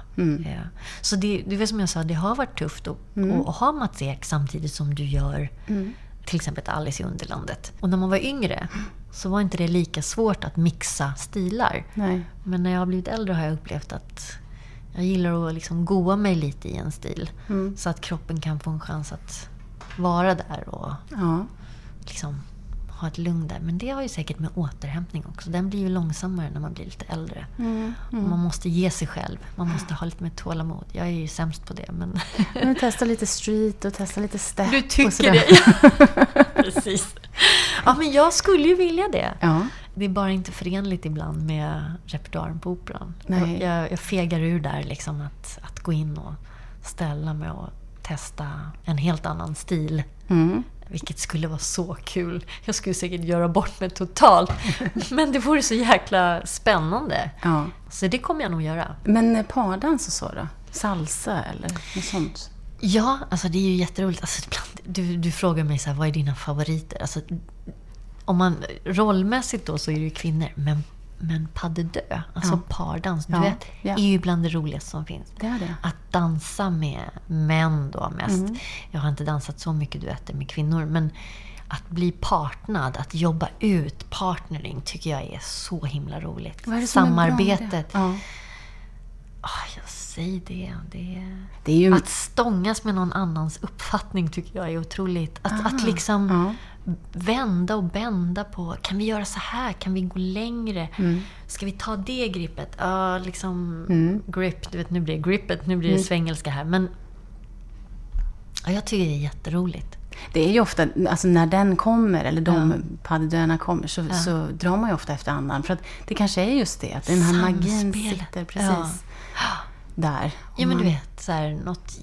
Så det var som jag sa, det har varit tufft att ha Mats Ek samtidigt som du gör till exempel Alice i Underlandet. Och när man var yngre så var inte det lika svårt att mixa stilar. Nej. Men när jag har blivit äldre har jag upplevt att jag gillar att liksom goa mig lite i en stil. Så att kroppen kan få en chans att vara där och liksom ha ett lugn där. Men det har ju säkert med återhämtning också. Den blir ju långsammare när man blir lite äldre. Och man måste ge sig själv. Man måste ha lite mer tålamod. Jag är ju sämst på det. Men testa lite street och testa lite step. Du tycker det? Precis. Ja, men jag skulle ju vilja det. Ja. Det är bara inte förenligt ibland med repertoaren på operan. Nej. Jag fegar ur där liksom att gå in och ställa mig och testa en helt annan stil. Vilket skulle vara så kul. Jag skulle säkert göra bort mig totalt. Men det vore så jäkla spännande. Ja. Så det kommer jag nog göra. Men pardans och så då? Salsa eller något sånt? Ja, alltså det är ju jätteroligt. Alltså, du frågar mig så här, vad är dina favoriter? Alltså, om man rollmässigt då så är det ju kvinnor. Men pas de deux, alltså pardans, du vet, är ju bland det roligaste som finns. Det är det. Att dansa med män då mest. Jag har inte dansat så mycket duetter med kvinnor, men att bli partnad, att jobba ut partnering tycker jag är så himla roligt. Vad är det som samarbetet. Är bra med det? Jag säger det. Det är ju... Att stångas med någon annans uppfattning tycker jag är otroligt. Att liksom vända och bända på, kan vi göra så här? Kan vi gå längre? Ska vi ta det grippet? Grip, du vet, nu blir det grippet, nu blir det svengelska här. Men jag tycker det är jätteroligt. Det är ju ofta, alltså när den kommer, eller de paddedöarna kommer, så drar man ju ofta efter andan. För att det kanske är just det, att den här magin sitter precis där. Ja, men du vet, så här, något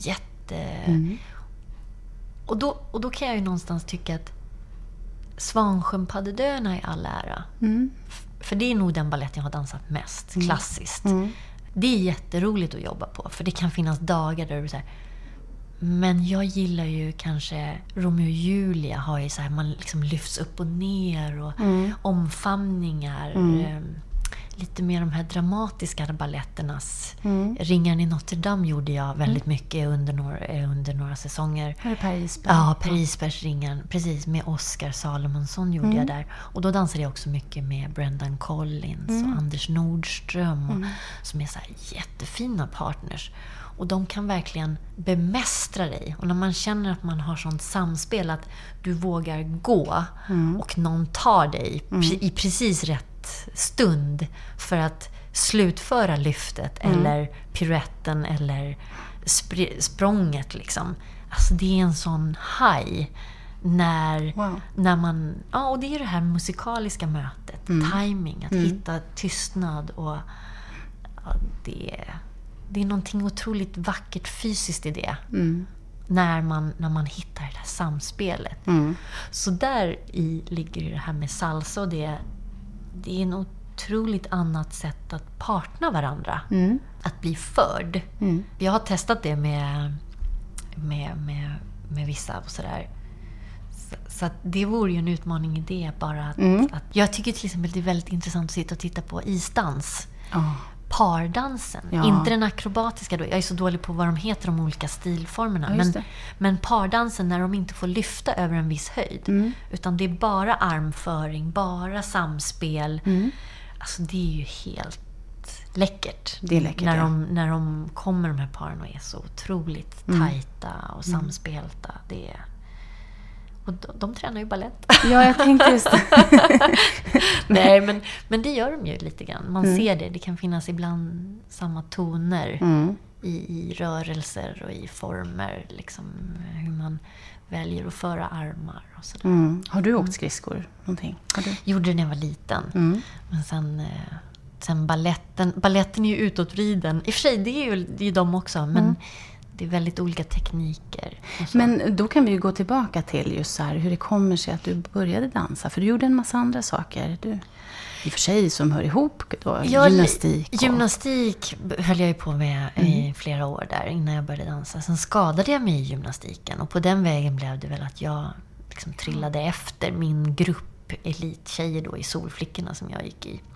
Och då kan jag ju någonstans tycka att Svansjön paddedöarna är all ära. För det är nog den ballett jag har dansat mest, klassiskt. Det är jätteroligt att jobba på, för det kan finnas dagar där du så här. Men jag gillar ju kanske Romeo och Julia, har ju så här, man liksom lyfts upp och ner och omfamningar. Lite mer de här dramatiska balletternas. Ringaren i Notre Dame gjorde jag väldigt mycket under några säsonger. Här är Paris-Berg. Ja, Paris-Bergs ringaren. Precis, med Oscar Salomonsson gjorde jag där. Och då dansade jag också mycket med Brendan Collins och Anders Nordström. Som är så här jättefina partners. Och de kan verkligen bemästra dig. Och när man känner att man har sånt samspel att du vågar gå och någon tar dig i precis rätt stund för att slutföra lyftet eller piruetten eller språnget liksom. Alltså det är en sån high när man, och det är det här musikaliska mötet, timing, att hitta tystnad och det är någonting otroligt vackert fysiskt i det. När man hittar det här samspelet. Så där i ligger det här med salsa, och det är en otroligt annat sätt att partna varandra. Att bli förd. Jag har testat det med vissa och sådär. Så att det vore ju en utmaning i det, bara att jag tycker till exempel det är väldigt intressant att sitta och titta på isdans. Pardansen, inte den akrobatiska då. Jag är så dålig på vad de heter, de olika stilformerna, men pardansen när de inte får lyfta över en viss höjd, utan det är bara armföring, bara samspel. Alltså det är ju helt läckert. Det är läckert, när de kommer, de här paren, och är så otroligt tajta och samspelta. Och de tränar ju ballett. Ja, jag tänkte just det. Nej, men det gör de ju lite grann. Man ser det. Det kan finnas ibland samma toner i rörelser och i former. Liksom, hur man väljer att föra armar och sådär. Har du åkt skridskor någonting? Gjorde det när jag var liten. Men sen balletten är ju utåtriden. I och för sig, det är ju de också. Men det är väldigt olika tekniker. Men då kan vi ju gå tillbaka till just så här, hur det kommer sig att du började dansa. För du gjorde en massa andra saker. Du, i och för sig som hör ihop då, gymnastik. Gymnastik höll jag ju på med i flera år där innan jag började dansa. Sen skadade jag mig i gymnastiken. Och på den vägen blev det väl att jag liksom trillade efter min grupp elittjejer då i Solflickorna som jag gick i.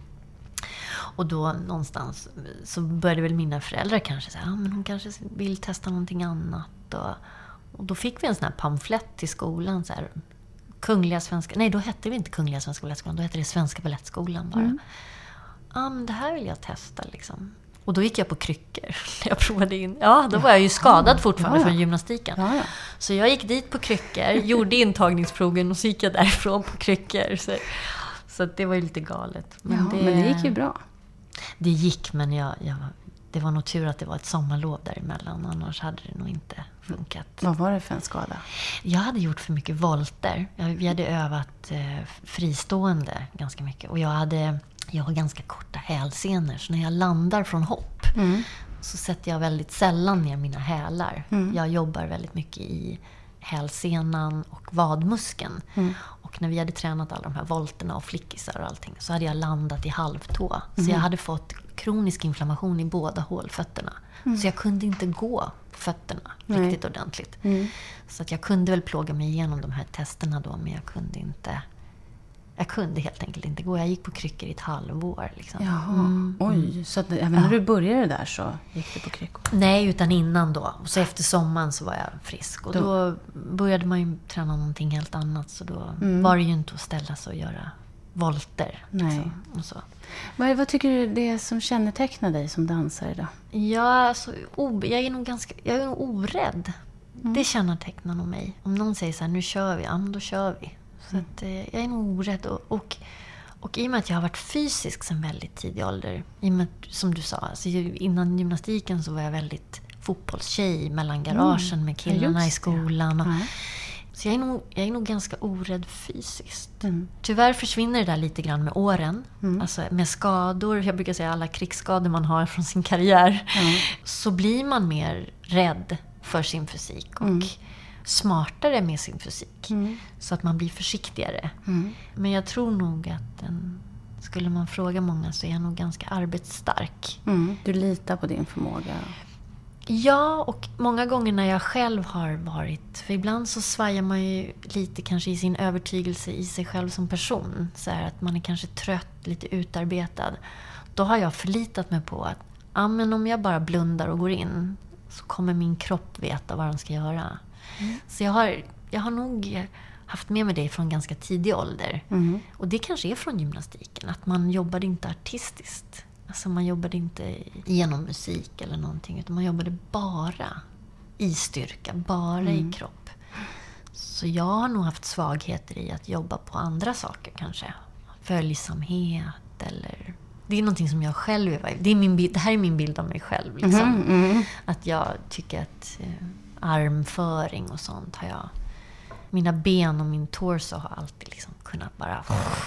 Och då någonstans så började väl mina föräldrar kanske säga, men hon kanske vill testa någonting annat. Och då fick vi en sån här pamflett till skolan. Så här, Kungliga Svenska... Nej, då hette det inte Kungliga Svenska Balettskolan. Då hette det Svenska Balettskolan bara. Men det här vill jag testa liksom. Och då gick jag på kryckor. Jag provade in. Ja, då var jag ju skadad fortfarande från gymnastiken. Ja. Så jag gick dit på kryckor, gjorde intagningsproven och så gick jag därifrån på kryckor. Så det var ju lite galet. Men det gick ju bra. Det gick, men det var nog tur att det var ett sommarlov däremellan. Annars hade det nog inte funkat. Vad var det för en skada? Jag hade gjort för mycket volter. Vi hade övat fristående ganska mycket. Och jag har ganska korta hälsenor. Så när jag landar från hopp så sätter jag väldigt sällan ner mina hälar. Jag jobbar väldigt mycket i hälsenan och vadmuskeln. Och när vi hade tränat alla de här volterna och flickisar och allting, så hade jag landat i halvtå. Så jag hade fått kronisk inflammation i båda hålfötterna. Så jag kunde inte gå på fötterna riktigt ordentligt. Så att jag kunde väl plåga mig igenom de här testerna då, men jag kunde helt enkelt inte gå. Jag gick på kryckor i ett halvår. Liksom. Jaha, oj. Så att, även när du började där så gick du på kryckor? Nej, utan innan då. Och så efter sommaren så var jag frisk. Och då började man ju träna någonting helt annat. Så då var det ju inte att ställa sig och göra volter. Liksom, och så. Vad tycker du det är som kännetecknar dig som dansare då? Ja, alltså, jag är nog orädd. Det kännetecknar nog mig. Om någon säger så här, nu kör vi. Ja, men då kör vi. Så att, jag är nog orädd. Och i och med att jag har varit fysisk sedan väldigt tidig ålder. I och med, som du sa, alltså, innan gymnastiken så var jag väldigt fotbollstjej mellan garagen med killarna i skolan. Så jag är nog ganska orädd fysiskt. Tyvärr försvinner det där lite grann med åren. Alltså med skador, jag brukar säga alla krigsskador man har från sin karriär. Så blir man mer rädd för sin fysik och smartare med sin fysik. Så att man blir försiktigare. Men jag tror nog att skulle man fråga många så är jag nog ganska arbetsstark. Du litar på din förmåga? Ja, och många gånger när jag själv har varit... För ibland så svajar man ju lite kanske i sin övertygelse i sig själv som person. Så här att man är kanske trött, lite utarbetad. Då har jag förlitat mig på att men om jag bara blundar och går in så kommer min kropp veta vad den ska göra. Så jag har nog haft med mig det från ganska tidig ålder. Och det kanske är från gymnastiken. Att man jobbade inte artistiskt. Alltså man jobbade inte genom musik eller någonting, utan man jobbade bara i styrka, bara i kropp. Så jag har nog haft svagheter i att jobba på andra saker kanske. Följsamhet eller... Det är någonting som jag själv är. Det här är min bild av mig själv. Liksom. Att jag tycker att armföring och sånt har jag... Mina ben och min torso har alltid liksom kunnat bara...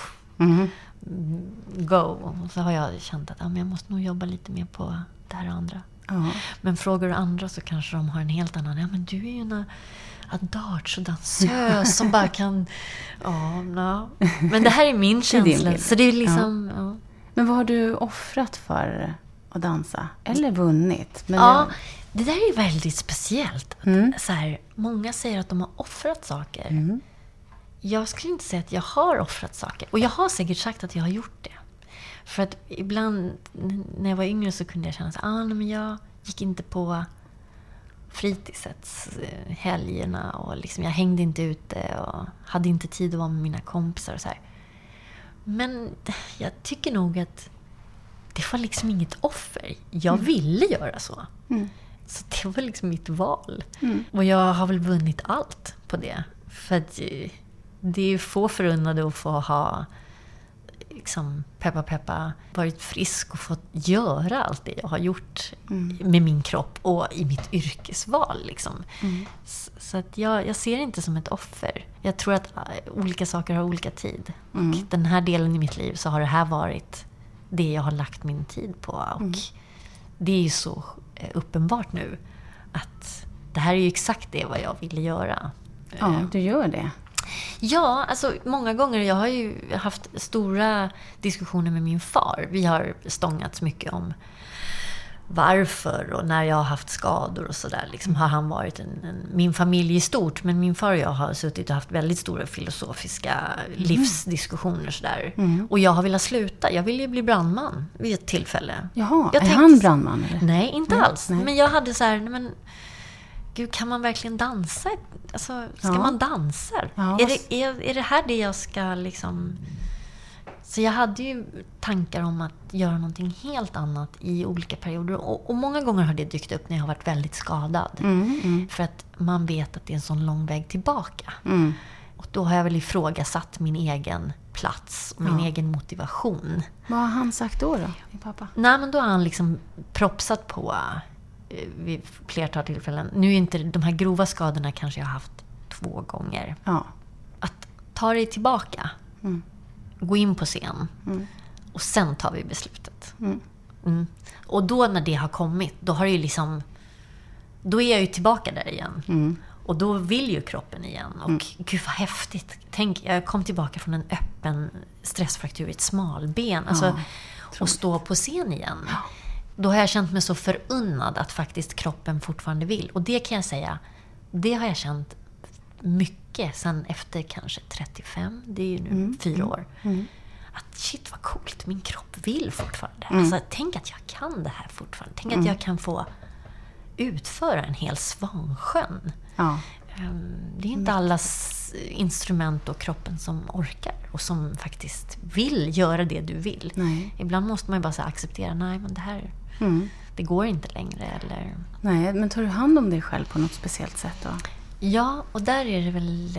go. Och så har jag känt att men jag måste nog jobba lite mer på det här andra. Men frågar du andra så kanske de har en helt annan... Ja, men du är ju en adage och dansös som bara kan... Men det här är min känsla. Så det är liksom... Ja. Men vad har du offrat för att dansa? Eller vunnit? Det där är väldigt speciellt. Så här, många säger att de har offrat saker. Jag skulle inte säga att jag har offrat saker. Och jag har säkert sagt att jag har gjort det. För att ibland när jag var yngre så kunde jag känna så men jag gick inte på fritidsets helgerna. Och liksom, jag hängde inte ute och hade inte tid att vara med mina kompisar och så här. Men jag tycker nog att det var liksom inget offer. Jag ville göra så. Så det var liksom mitt val. Och jag har väl vunnit allt på det. För att det är ju få förunnade att få ha liksom, peppa, varit frisk och fått göra allt det jag har gjort med min kropp och i mitt yrkesval. Liksom. Så att jag ser det inte som ett offer. Jag tror att olika saker har olika tid. Och den här delen i mitt liv så har det här varit det jag har lagt min tid på. Och det är ju så uppenbart nu att det här är ju exakt det vad jag ville göra. Ja, du gör det. Ja, alltså många gånger. Jag har ju haft stora diskussioner med min far. Vi har stångats mycket om varför och när jag har haft skador och sådär. Liksom har han varit min familj i stort. Men min far och jag har suttit och haft väldigt stora filosofiska livsdiskussioner sådär. Och jag har velat sluta. Jag ville ju bli brandman vid ett tillfälle. Jaha, är han brandman eller? Nej, inte alls. Nej. Men jag hade så här, gud, kan man verkligen dansa? Alltså, ska man dansa? Ja. Är det här det jag ska liksom... Så jag hade ju tankar om att göra någonting helt annat i olika perioder. Och många gånger har det dykt upp när jag har varit väldigt skadad. För att man vet att det är en sån lång väg tillbaka. Och då har jag väl ifrågasatt min egen plats och min egen motivation. Vad har han sagt då, din pappa? Nej, men då har han liksom propsat på... vid flertal tillfällen. Nu är inte de här grova skadorna kanske jag har haft 2 gånger. Ja. Att ta dig tillbaka. Gå in på scen. Och sen tar vi beslutet. Och då när det har kommit, då har det ju liksom... Då är jag ju tillbaka där igen. Och då vill ju kroppen igen. Och gud vad häftigt. Tänk, jag kom tillbaka från en öppen stressfraktur i ett smalben. Alltså, och stå på scen igen. Ja. Då har jag känt mig så förunnad att faktiskt kroppen fortfarande vill. Och det kan jag säga, det har jag känt mycket sen efter kanske 35. Det är ju nu 4 år. Att shit vad coolt, min kropp vill fortfarande. Alltså, tänk att jag kan det här fortfarande. Tänk att jag kan få utföra en hel Svansjön. Ja. Det är inte allas instrument och kroppen som orkar och som faktiskt vill göra det du vill. Nej. Ibland måste man ju bara så acceptera, nej men det här det går inte längre. Eller... Nej, men tar du hand om dig själv på något speciellt sätt då? Ja, och där är det väl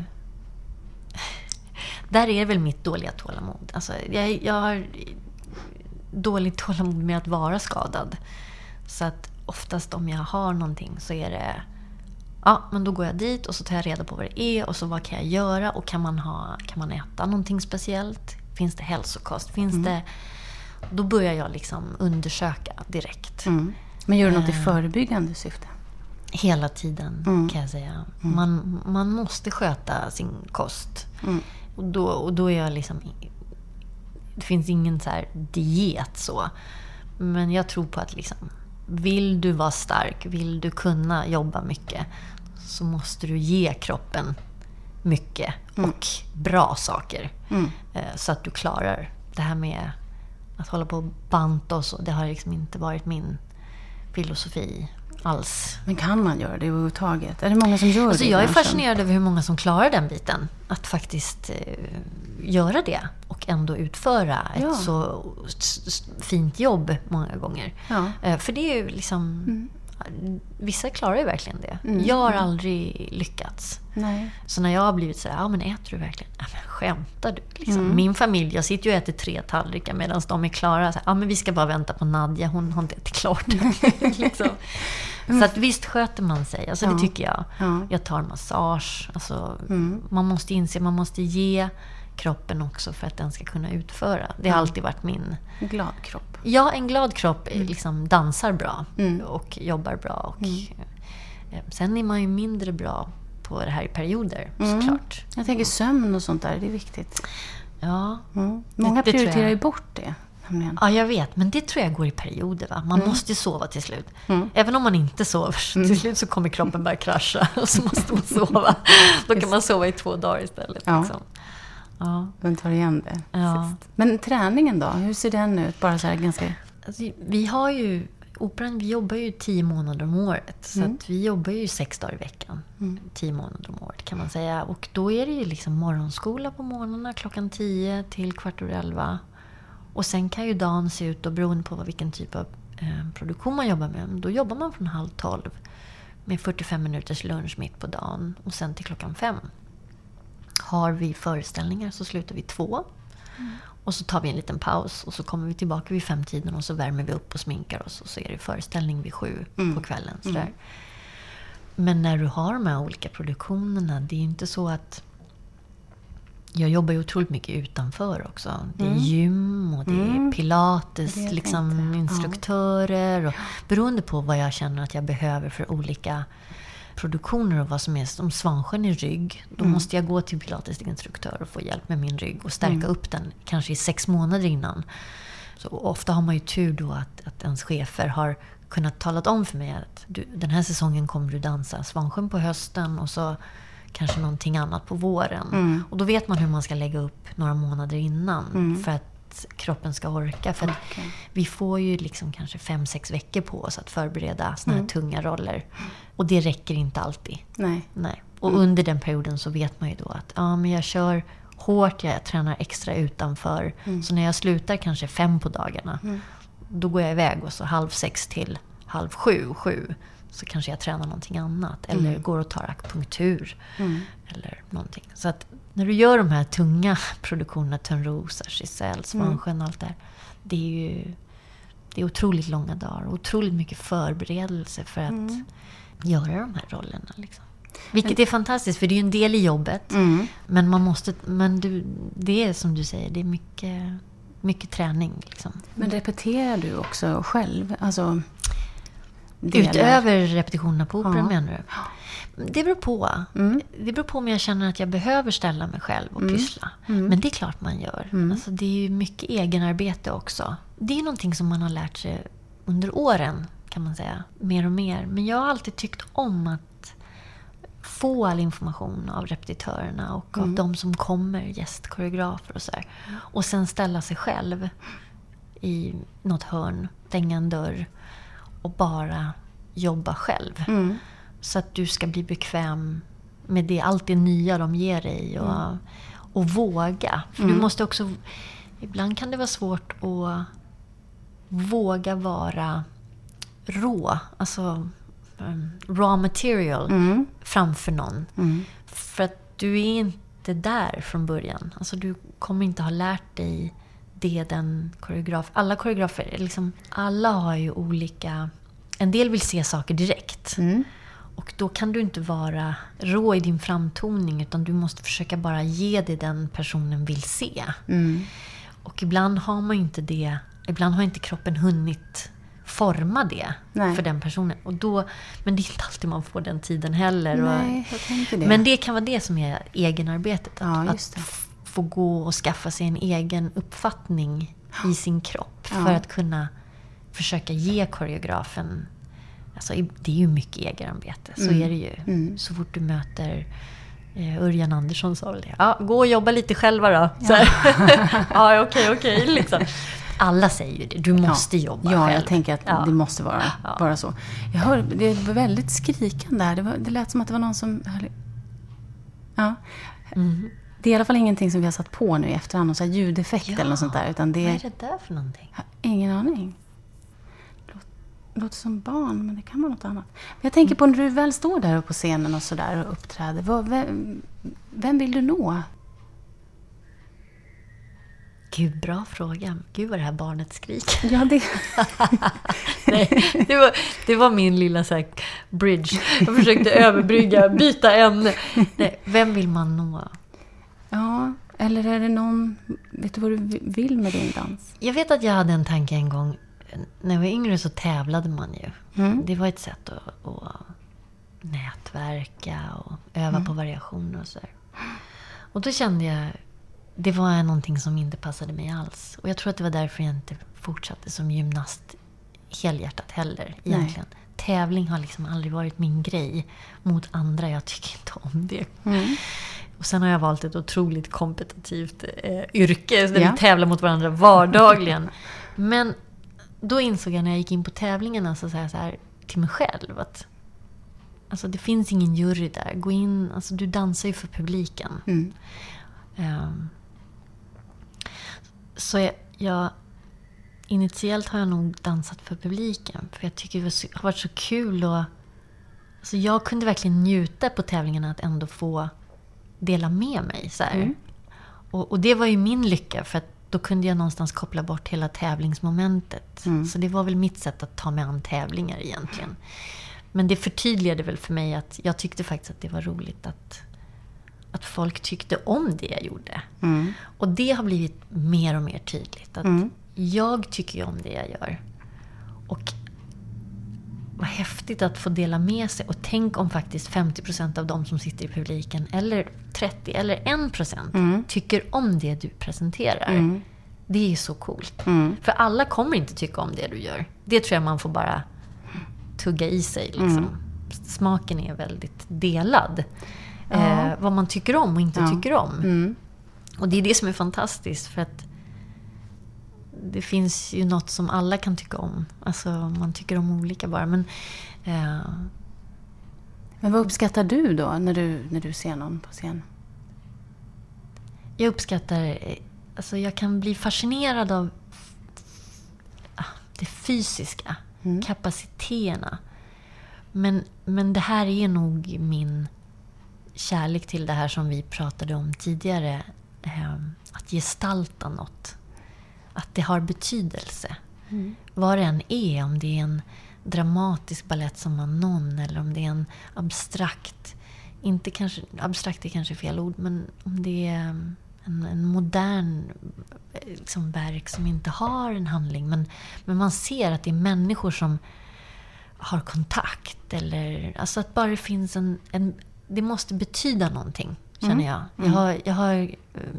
där är väl mitt dåliga tålamod. Alltså, jag har dåligt tålamod med att vara skadad. Så att oftast om jag har någonting så är det men då går jag dit och så tar jag reda på vad det är och så vad kan jag göra och kan man äta någonting speciellt? Finns det hälsokost? Finns det... Då börjar jag liksom undersöka direkt. Men gör du något i förebyggande syfte? Hela tiden kan jag säga. Man måste sköta sin kost. Och då är jag liksom... Det finns ingen så här diet så. Men jag tror på att liksom... Vill du vara stark, vill du kunna jobba mycket, så måste du ge kroppen mycket och bra saker så att du klarar. Det här med att hålla på och banta och så, det har liksom inte varit min filosofi. alls. Men kan man göra det överhuvudtaget? Är det många som gör det? Jag är fascinerad över hur många som klarar den biten. Att faktiskt göra det och ändå utföra ett så fint jobb många gånger. Ja. För det är ju liksom... Vissa klarar ju verkligen det. Jag har aldrig lyckats. Nej. Så när jag har blivit så här, men äter du verkligen? Men skämtar du? Liksom. Min familj, jag sitter ju och äter 3 tallrikar medan de är klara. Så här, men vi ska bara vänta på Nadja, hon har inte ätit klart. Liksom. Så att visst sköter man sig. Alltså det tycker jag. Jag tar massage. Alltså, man måste inse, man måste ge kroppen också för att den ska kunna utföra. Det har alltid varit min... En glad kropp. Ja, en glad kropp liksom dansar bra och jobbar bra. Och, sen är man ju mindre bra på det här i perioder, såklart. Jag tänker sömn och sånt där, det är viktigt. Ja. Många prioriterar ju bort det. Ja, jag vet. Men det tror jag går i perioder. Va? Man måste sova till slut. Även om man inte sover, till slut så kommer kroppen bara krascha. Och så måste man sova. Då kan man sova i 2 dagar istället. Ja. Liksom. Ja. Den tar igen det. Ja. Men träningen då? Hur ser den ut? Bara så här ganska... Alltså, vi har ju... Operan, vi jobbar ju 10 månader om året. Så att vi jobbar ju 6 dagar i veckan. 10 månader om året kan man säga. Och då är det ju liksom morgonskola på morgnarna 10:00 till 10:15. Och sen kan ju dagen se ut, och beroende på vilken typ av produktion man jobbar med. Då jobbar man från 11:30 med 45 minuters lunch mitt på dagen. Och sen till 5:00. Har vi föreställningar så slutar vi 2. Och så tar vi en liten paus. Och så kommer vi tillbaka vid 5-tiden. Och så värmer vi upp och sminkar oss. Och så är det föreställning vid 7 på kvällen. Sådär. Men när du har de här olika produktionerna. Det är inte så att... Jag jobbar ju otroligt mycket utanför också. Det är gym och det är pilates, det liksom instruktörer. Och beroende på vad jag känner att jag behöver för olika produktioner och vad som är som Svansjön i rygg. Då måste jag gå till pilatesinstruktör och få hjälp med min rygg och stärka upp den kanske i 6 månader innan. Så ofta har man ju tur då att ens chefer har kunnat talat om för mig att den här säsongen kommer du dansa Svansjön på hösten och så kanske någonting annat på våren. Och då vet man hur man ska lägga upp några månader innan för att kroppen ska orka. För att vi får ju liksom kanske 5-6 veckor på oss att förbereda såna här tunga roller. Och det räcker inte alltid. Nej. Och under den perioden så vet man ju då att men jag kör hårt, jag tränar extra utanför. Så när jag slutar kanske 5 på dagarna, då går jag iväg och så 6:30 till 6:30, så kanske jag tränar någonting annat. Eller går och tar akupunktur. Eller någonting. Så att när du gör de här tunga produktionerna, Törnrosa, Giselle, Svansjön, allt där. Det är otroligt långa dagar. Otroligt mycket förberedelse för att göra de här rollerna. Liksom. Vilket är fantastiskt, för det är ju en del i jobbet. Men man måste... det är som du säger, det är mycket träning. Liksom. Men repeterar du också själv? Alltså... Utöver repetitionerna på operan menar du? Det beror på. Det beror på om jag känner att jag behöver ställa mig själv och pyssla. Men det är klart man gör. Alltså, det är ju mycket egenarbete också. Det är någonting som man har lärt sig under åren, kan man säga. Mer och mer. Men jag har alltid tyckt om att få all information av repetitörerna och av de som kommer, gästkoreografer och så här. Och sen ställa sig själv i något hörn, stänga en dörr och bara jobba själv. Så att du ska bli bekväm med det, allt det nya de ger dig. Och våga. För du måste också... Ibland kan det vara svårt att våga vara rå. Alltså raw material framför någon. För att du är inte där från början. Alltså du kommer inte ha lärt dig den koreograf. Alla koreografer, liksom, alla har ju olika... En del vill se saker direkt. Och då kan du inte vara rå i din framtoning, utan du måste försöka bara ge det den personen vill se. Och ibland har man inte det. Ibland har inte kroppen hunnit forma det för den personen. Och då, men det är inte alltid man får den tiden heller. Nej, jag tänker det. Men det kan vara det som är egenarbetet. Att få gå och skaffa sig en egen uppfattning i sin kropp. För att kunna försöka ge koreografen... Alltså, det är ju mycket egenarbete. Så är det ju. Så fort du möter... Örjan Andersson sa väl det. Gå och jobba lite själva då. Så okej, liksom. alla säger ju det. Du måste jobba själv. Ja, jag tänker att det måste vara så. Jag hör, det var väldigt skrikande där. Det lät som att det var någon som... Ja. Mm. Det är i alla fall ingenting som vi har satt på nu i efterhand. Någon sån här ljudeffekt eller något sånt där. Utan det vad är det där för någonting? Jag har ingen aning. Låter som barn, men det kan vara något annat. Men jag tänker på när du väl står där på scenen och sådär och uppträder. Vem vill du nå? Gud, bra fråga. Gud, vad det här barnet skriker. Ja, det... Nej, det var min lilla så här, bridge. Jag försökte överbrygga, byta ämne. Nej, vem vill man nå? Ja, eller är det någon... Vet du vad du vill med din dans? Jag vet att jag hade en tanke en gång. När jag var yngre så tävlade man ju. Det var ett sätt att nätverka och öva på variationer och så där. Och då kände jag... Det var någonting som inte passade mig alls. Och jag tror att det var därför jag inte fortsatte som gymnast helhjärtat heller egentligen. Nej. Tävling har liksom aldrig varit min grej mot andra. Jag tycker inte om det. Och sen har jag valt ett otroligt kompetitivt yrke där vi tävlar mot varandra vardagligen. Men då insåg jag när jag gick in på tävlingarna så här till mig själv att alltså, det finns ingen jury där. Gå in, alltså, du dansar ju för publiken. Så jag initiellt har jag nog dansat för publiken. För jag tycker det har varit så kul. Alltså jag kunde verkligen njuta på tävlingarna att ändå få dela med mig. Så här. Och det var ju min lycka. För att då kunde jag någonstans koppla bort hela tävlingsmomentet. Så det var väl mitt sätt att ta mig an tävlingar egentligen. Men det förtydligade väl för mig att jag tyckte faktiskt att det var roligt att folk tyckte om det jag gjorde. Och det har blivit mer och mer tydligt. Att jag tycker om det jag gör. Och vad häftigt att få dela med sig. Och tänk om faktiskt 50% av de som sitter i publiken, eller 30 eller 1% tycker om det du presenterar. Det är ju så coolt. För alla kommer inte tycka om det du gör. Det tror jag man får bara tugga i sig. Liksom. Smaken är väldigt delad. Vad man tycker om och inte tycker om. Och det är det som är fantastiskt, för att det finns ju något som alla kan tycka om. Alltså man tycker om olika bara. Men vad uppskattar du då när du ser någon på scen? Jag uppskattar, alltså jag kan bli fascinerad av det fysiska, kapaciteterna. Men det här är nog min kärlek till det här som vi pratade om tidigare. Att gestalta något. Att det har betydelse. Vad det än är. Om det är en dramatisk ballett som Manon. Eller om det är en abstrakt. Abstrakt är kanske fel ord. Men om det är en modern liksom, verk som inte har en handling. Men man ser att det är människor som har kontakt. Eller, alltså att bara det finns en det måste betyda någonting, känner jag. Jag har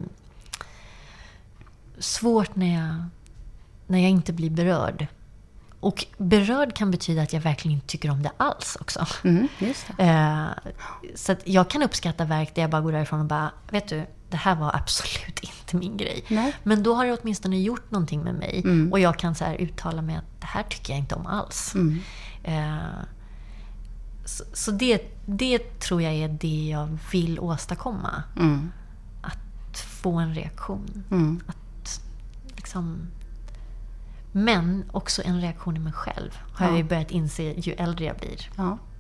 svårt när jag inte blir berörd. Och berörd kan betyda att jag verkligen inte tycker om det alls också. Just det. Så att jag kan uppskatta verk där jag bara går därifrån och bara, vet du, det här var absolut inte min grej. Nej. Men då har jag åtminstone gjort någonting med mig. Och jag kan så här uttala mig att det här tycker jag inte om alls. Så det tror jag är det jag vill åstadkomma. Att få en reaktion. Att liksom, men också en reaktion i mig själv. Har jag ju börjat inse ju äldre jag blir.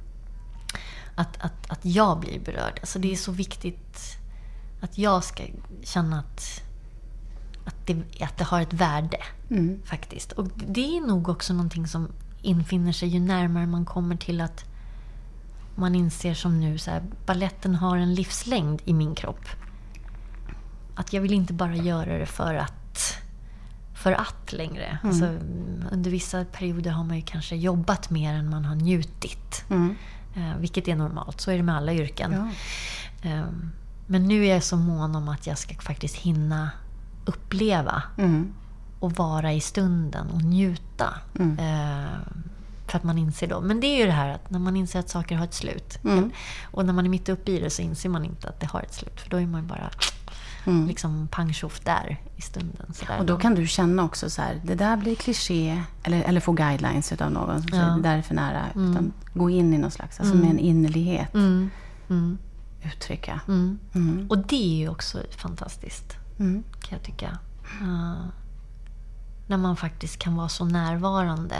Att jag blir berörd. Alltså det är så viktigt att jag ska känna att det har ett värde. Faktiskt. Och det är nog också någonting som infinner sig ju närmare man kommer till att man inser som nu så här, balletten har en livslängd i min kropp. Att jag vill inte bara göra det för att längre. Alltså, under vissa perioder har man ju kanske jobbat mer än man har njutit. Vilket är normalt. Så är det med alla yrken. Men nu är jag så mån om att jag ska faktiskt hinna uppleva och vara i stunden och njuta. För att man inser då. Men det är ju det här att när man inser att saker har ett slut. Och när man är mitt uppe i det så inser man inte att det har ett slut. För då är man bara liksom pang tjoff där i stunden. Så där och då kan du känna också så här, det där blir kliché, eller få guidelines utav någon som säger det där är för nära, utan gå in i någon slags, alltså med en innerlighet uttrycka. Och det är ju också fantastiskt, kan jag tycka. När man faktiskt kan vara så närvarande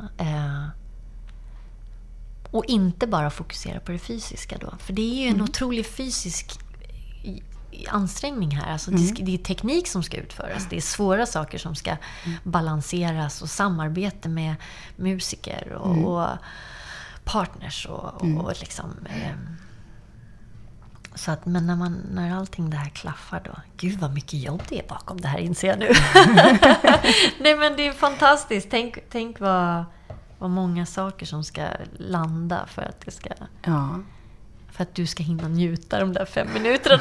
och inte bara fokusera på det fysiska då. För det är ju en otrolig fysisk ansträngning här. Alltså det är teknik som ska utföras. Det är svåra saker som ska balanseras, och samarbete med musiker och partners och liksom... Så att, men när allting det här klaffar då, gud vad mycket jobb det är bakom det här, inser jag nu. Nej, men det är fantastiskt. Tänk vad många saker som ska landa för att det ska... Ja. För att du ska hinna njuta de där 5 minuterna.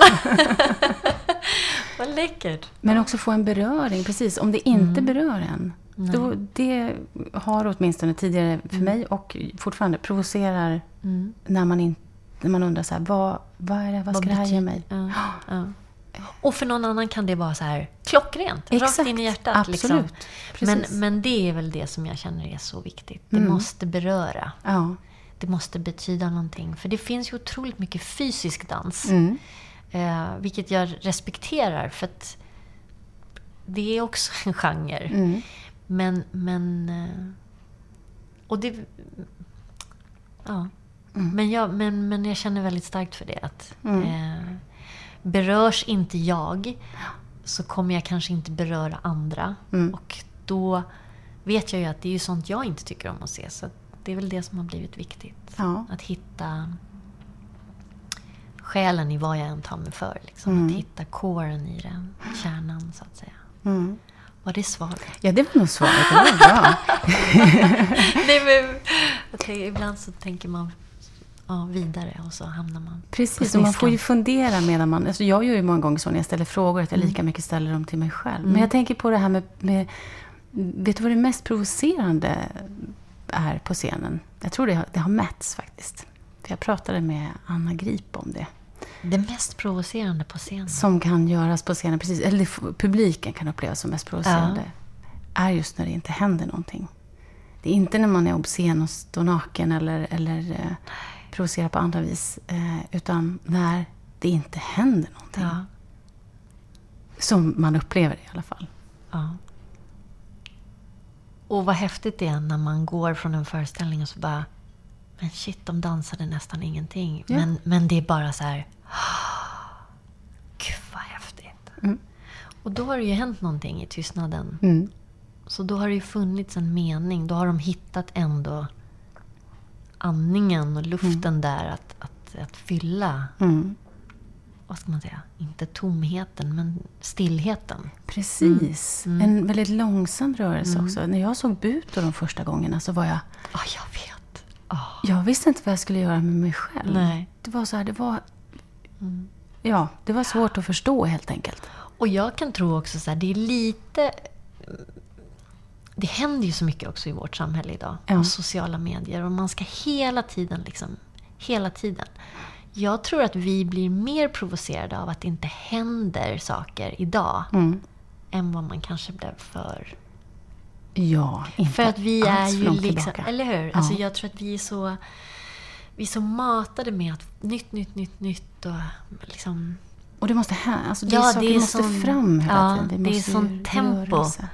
Vad läckert. Men också få en beröring, precis. Om det inte berör en. Då, det har åtminstone tidigare för mig och fortfarande provocerar när man undrar så här, vad ska det här ge mig? Ja. Och för någon annan kan det vara så här klockrent, exakt, rakt in i hjärtat. Absolut. Liksom. Men det är väl det som jag känner är så viktigt. Det måste beröra. Ja. Det måste betyda någonting. För det finns ju otroligt mycket fysisk dans. Vilket jag respekterar. För att det är också en genre. Men och det... Ja. Men jag känner väldigt starkt för det. Att berörs inte jag, så kommer jag kanske inte beröra andra. Och då vet jag ju att det är ju sånt jag inte tycker om att se. Så det är väl det som har blivit viktigt. Ja. Att hitta själen i vad jag än tar mig för. Liksom. Att hitta kåren i den, kärnan så att säga. Var det svaret? Ja, det var nog svaret. Det var bra. Nej, men ibland så tänker man vidare och så hamnar man... Precis, och man får ju fundera medan man... Alltså jag gör ju många gånger så när jag ställer frågor att jag lika mycket ställer dem till mig själv. Men jag tänker på det här med... Vet du vad det mest provocerande är på scenen? Jag tror det har mätts faktiskt. För jag pratade med Anna Grip om det. Det mest provocerande på scenen? Som kan göras på scenen, precis. Eller publiken kan upplevas som mest provocerande. Är just när det inte händer någonting. Det är inte när man är obscen och står naken eller provocerar på andra vis. Utan när det inte händer någonting. Ja. Som man upplever det i alla fall. Ja. Och vad häftigt det är när man går från en föreställning och så bara... Men shit, de dansade nästan ingenting. Ja. Men det är bara så här... Gud, vad häftigt. Och då har det ju hänt någonting i tystnaden. Så då har det ju funnits en mening. Då har de hittat ändå andningen och luften där att fylla. Vad ska man säga? Inte tomheten, men stillheten. Precis. En väldigt långsam rörelse också. När jag såg Buto de första gångerna så var jag... Ja, jag vet. Jag visste inte vad jag skulle göra med mig själv. Nej. Det var så här, Ja, det var svårt att förstå helt enkelt. Och jag kan tro också så här, det är lite... Det händer ju så mycket också i vårt samhälle idag. Ja. Och sociala medier. Och man ska hela tiden hela tiden. Jag tror att vi blir mer provocerade av att det inte händer saker idag. Än vad man kanske blev för... Ja, inte för att vi är ju liksom... tillbaka. Eller hur? Ja. Alltså jag tror att vi är så matade med att nytt och liksom... Och det måste alltså det är saker måste fram hela tiden. Det är sån tempo. Rörelse.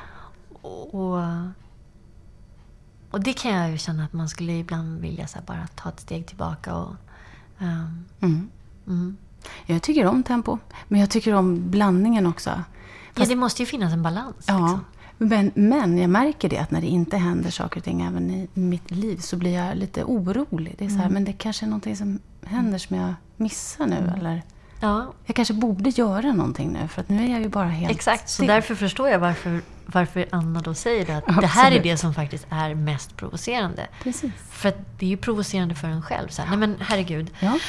Och det kan jag ju känna att man skulle ibland vilja så här bara ta ett steg tillbaka och... Jag tycker om tempo, men jag tycker om blandningen också. Ja, det måste ju finnas en balans. Ja, liksom. men jag märker det att när det inte händer saker och ting även i mitt liv så blir jag lite orolig. Det är så här, men det kanske är någonting som händer som jag missar nu. Eller jag kanske borde göra någonting nu, för att nu är jag ju bara helt Exakt, still. så därför förstår jag varför Anna då säger det, att Absolut. det här är det som faktiskt är mest provocerande. Precis. För att det är ju provocerande för en själv. Så här, nej men herregud,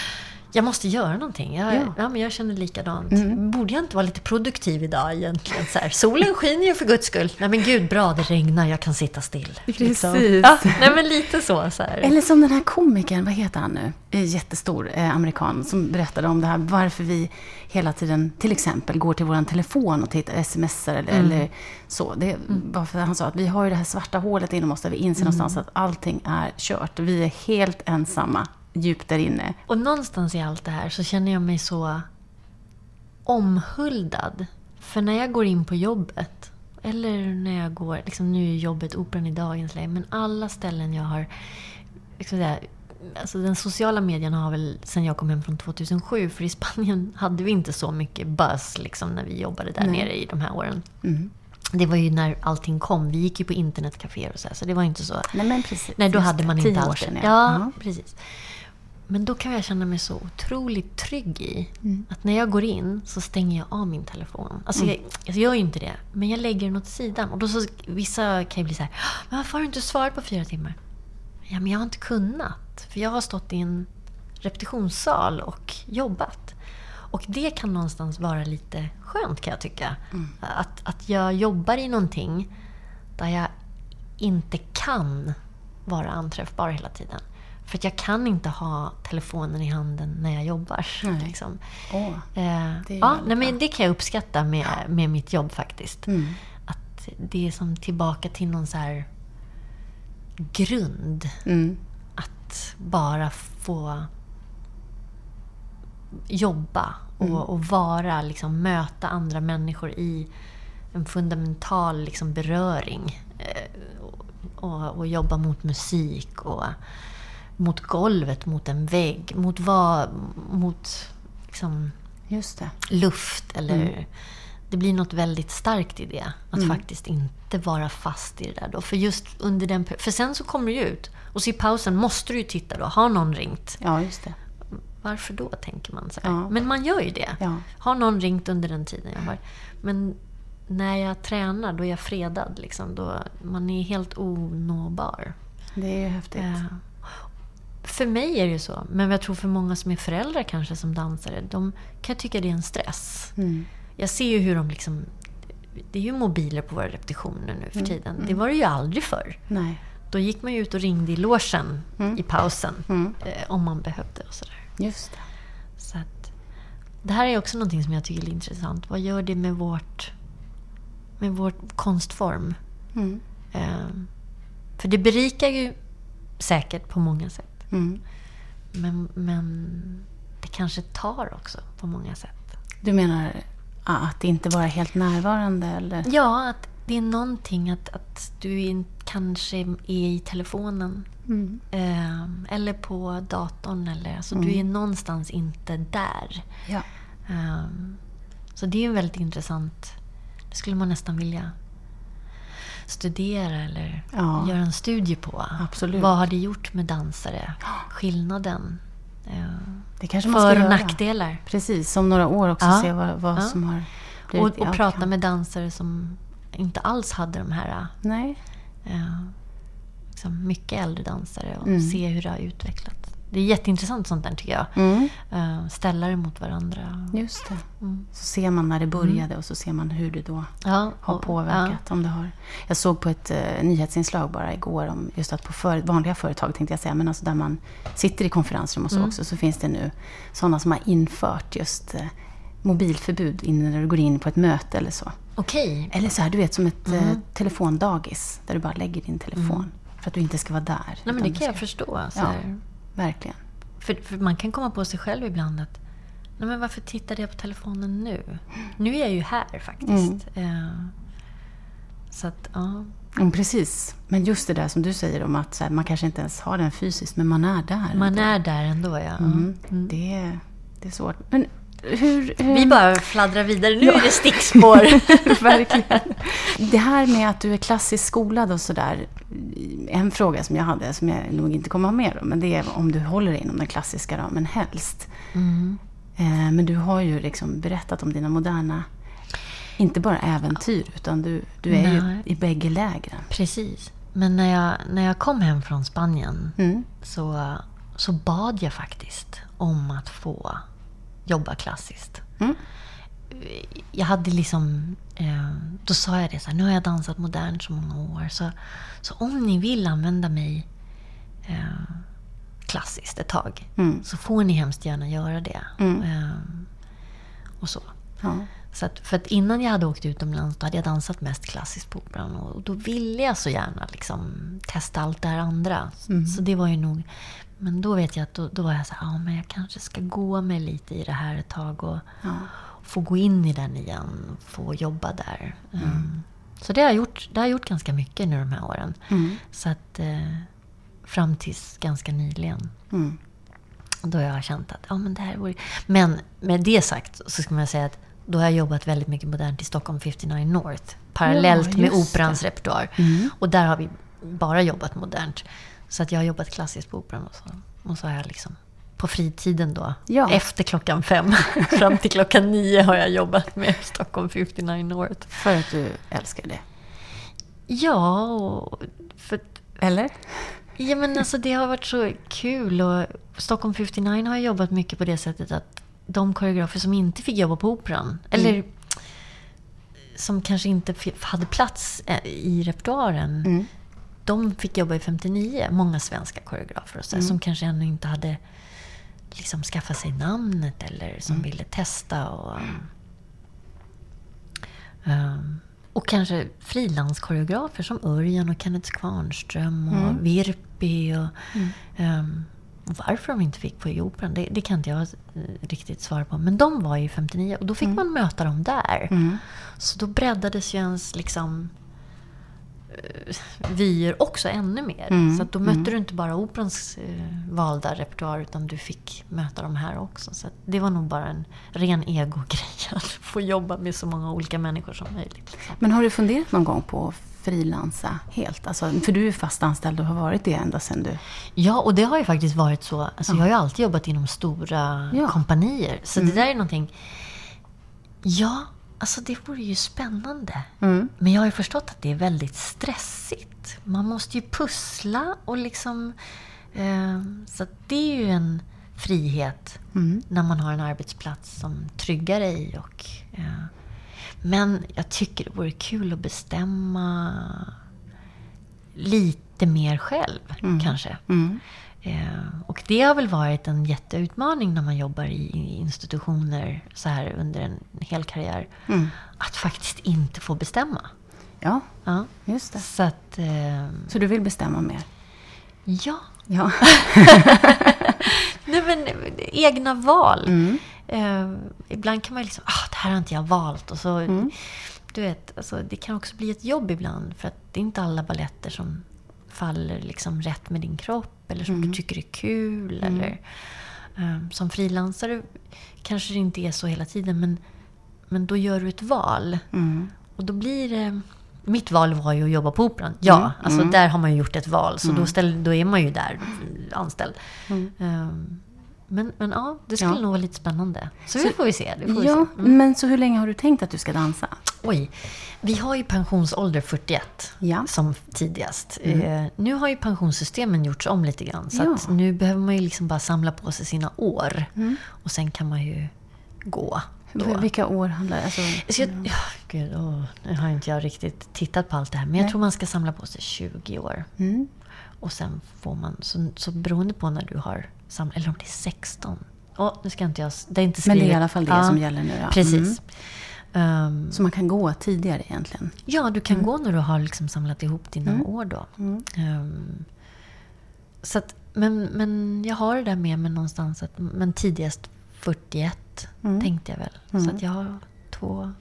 Jag måste göra någonting. Men jag känner likadant. Borde jag inte vara lite produktiv idag egentligen? Så här, solen skiner ju för guds skull. Nej men gud, bra, det regnar, jag kan sitta still. Precis. Liksom. Ja, nej men lite så här. Eller som den här komikern, vad heter han nu? Jättestor amerikan som berättade om det här. Varför vi hela tiden till exempel går till våran telefon och tittar sms:ar eller så. Det var för han sa att vi har ju det här svarta hålet inom oss där vi inser någonstans att allting är kört. Vi är helt ensamma. Djupt där inne. Och någonstans i allt det här så känner jag mig så omhuldad. För när jag går in på jobbet, eller när jag går, liksom nu är jobbet Operan i dagens läge, men alla ställen jag har, liksom alltså den sociala medien har väl sen jag kom hem från 2007, för i Spanien hade vi inte så mycket buzz liksom när vi jobbade där nere i de här åren. Det var ju när allting kom. Vi gick ju på internetcaféer och så det var inte så. Nej, men precis. Nej, då hade man inte 10 år allt. sedan, ja, precis. Men då kan jag känna mig så otroligt trygg i att när jag går in så stänger jag av min telefon. Alltså jag gör ju inte det, men jag lägger den åt sidan. Och då så, vissa kan ju bli så här, men varför har du inte svarat på 4 timmar? Ja, men jag har inte kunnat. För jag har stått i en repetitionssal och jobbat. Och det kan någonstans vara lite skönt, kan jag tycka. Att jag jobbar i någonting där jag inte kan vara anträffbar hela tiden. För att jag kan inte ha telefonen i handen när jag jobbar. Liksom. Men det kan jag uppskatta med mitt jobb faktiskt. Att det är som tillbaka till någon så här grund. Att bara få jobba och vara, liksom, möta andra människor i en fundamental liksom, beröring. Och jobba mot musik och mot golvet, mot en vägg, mot liksom, just det. Luft eller det blir något väldigt starkt i det att faktiskt inte vara fast i det där då, för just under den, för sen så kommer du ut och så i pausen måste du ju titta då, har någon ringt? Ja, just det. Varför då, tänker man så här. Men man gör ju det. Har någon ringt under den tiden jag har, men när jag tränar då är jag fredad liksom, då man är helt onåbar. Det är ju häftigt. För mig är det ju så. Men jag tror för många som är föräldrar kanske som dansare, de kan tycka det är en stress. Jag ser ju hur de liksom, det är ju mobiler på våra repetitioner nu för tiden. Det var det ju aldrig förr. Nej. Då gick man ju ut och ringde i logen i pausen om man behövde och sådär. Just det. Så att, det här är också någonting som jag tycker är intressant. Vad gör det med vår konstform? För det berikar ju säkert på många sätt. Men det kanske tar också på många sätt. Du menar att inte vara helt närvarande? Eller? Ja, att det är någonting att du kanske är i telefonen eller på datorn. Eller, alltså, du är någonstans inte där. Ja. Så det är ju väldigt intressant. Det skulle man nästan vilja studera eller göra en studie på. Absolut. Vad har det gjort med dansare? Skillnaden. Det kanske man ska för- och göra. nackdelar. Precis, som några år också se vad som har blivit. Och prata med dansare som inte alls hade de här liksom mycket äldre dansare och se hur det har utvecklats. Det är jätteintressant sånt där, tycker jag. Ställa det mot varandra. Just det. Så ser man när det började och så ser man hur det då har påverkat. Om det har. Jag såg på ett nyhetsinslag bara igår om just att på vanliga företag, tänkte jag säga, men alltså där man sitter i konferensrum och så också, så finns det nu sådana som har infört just mobilförbud innan du går in på ett möte eller så. Okej. Eller så här, du vet, som ett telefondagis där du bara lägger din telefon för att du inte ska vara där. Nej, men det kan jag förstå. Ja, verkligen. För man kan komma på sig själv ibland att nej, men varför tittar jag på telefonen nu? Nu är jag ju här faktiskt. Så att, Precis. Men just det där som du säger om att så här, man kanske inte ens har den fysiskt, men man är där. Man är där ändå, ja. Det är svårt. Men hur... Vi bara fladdrar vidare. Nu är det stickspår. Verkligen. Det här med att du är klassiskt skolad och sådär. En fråga som jag hade, som jag nog inte kommer ha med då, men det är om du håller dig inom den klassiska ramen helst. Men du har ju liksom berättat om dina moderna, inte bara äventyr, utan du är ju i bägge lägren. Precis. Men när jag kom hem från Spanien så så bad jag faktiskt om att få jobba klassiskt. Jag hade liksom, då sa jag det så här, nu har jag dansat modernt så många år, så om ni vill använda mig klassiskt ett tag, så får ni hemskt gärna göra det. Och så. Ja. Så att, för att innan jag hade åkt utomlands, då hade jag dansat mest klassiskt på Operan, och då ville jag så gärna liksom testa allt det här andra. Så det var ju nog, men då vet jag att då var jag så här, men jag kanske ska gå med lite i det här ett tag och få gå in i den igen, få jobba där. Så det har jag gjort ganska mycket nu de här åren. Så att fram tills ganska nyligen. Då har jag känt att men det här vore... Men med det sagt så ska man säga att då har jag jobbat väldigt mycket modernt i Stockholm 59 North. Parallellt med Operans repertoar. Och där har vi bara jobbat modernt. Så att jag har jobbat klassiskt på Operan och så har jag liksom på fritiden då. Efter 5:00 fram till 9:00 har jag jobbat med Stockholm 59 North. För att du älskar det? Ja, eller? Ja, men alltså det har varit så kul, och Stockholm 59 har jobbat mycket på det sättet att de koreografer som inte fick jobba på Operan eller som kanske inte hade plats i repertoaren, de fick jobba i 59, många svenska koreografer och så, som kanske ännu inte hade liksom skaffat sig namnet eller som ville testa och kanske frilanskoreografer som Örjan och Kenneth Kvarnström och Virpi och varför de inte fick på i Operan, det kan inte jag riktigt svara på. Men de var ju 59 och då fick man möta dem där. Så då breddades ju ens liksom vyer också ännu mer. Så att då mötte du inte bara Operans valda repertoar, utan du fick möta dem här också. Så att det var nog bara en ren ego-grej att få jobba med så många olika människor som möjligt. Liksom. Men har du funderat någon gång på frilansa helt? Alltså, för du är fast anställd och har varit det ända sedan du... Ja, och det har ju faktiskt varit så. Alltså, jag har ju alltid jobbat inom stora kompanier. Så det där är någonting... Ja, alltså det vore ju spännande. Men jag har ju förstått att det är väldigt stressigt. Man måste ju pussla och liksom... så att det är ju en frihet när man har en arbetsplats som tryggar dig. Och, men jag tycker det vore kul att bestämma lite mer själv, kanske. Och det har väl varit en jätteutmaning när man jobbar i institutioner så här under en hel karriär. Att faktiskt inte få bestämma. Ja, just det. Så, att, så du vill bestämma mer? Ja. Nej, men egna val. Ibland kan man liksom, det här har inte jag valt. Och så, du vet, alltså, det kan också bli ett jobb ibland. För att det är inte alla balletter som faller liksom rätt med din kropp. Eller som du tycker är kul. Eller, som frilansare kanske det inte är så hela tiden. Men då gör du ett val. Och då blir det... Mitt val var ju att jobba på Operan. Ja, alltså där har man ju gjort ett val. Så då är man ju där anställd. Men ja, det skulle nog vara lite spännande. Så det får vi se. Men så hur länge har du tänkt att du ska dansa? Oj, vi har ju pensionsålder 41 som tidigast. Nu har ju pensionssystemen gjorts om lite grann. Så att nu behöver man ju liksom bara samla på sig sina år. Och sen kan man ju gå. Då. Vilka år handlar det? Alltså, nu har inte jag riktigt tittat på allt det här. Men jag tror man ska samla på sig 20 år. Och sen får man, så beroende på när du har samlat, eller om det är 16. Nu ska inte jag, det är inte skrivet. Men det är i alla fall det som gäller nu. Ja. Precis. Så man kan gå tidigare egentligen? Ja, du kan gå när du har liksom samlat ihop dina år då. Så att, men jag har det där med mig någonstans. Men tidigast 41 tänkte jag väl. Så att jag har två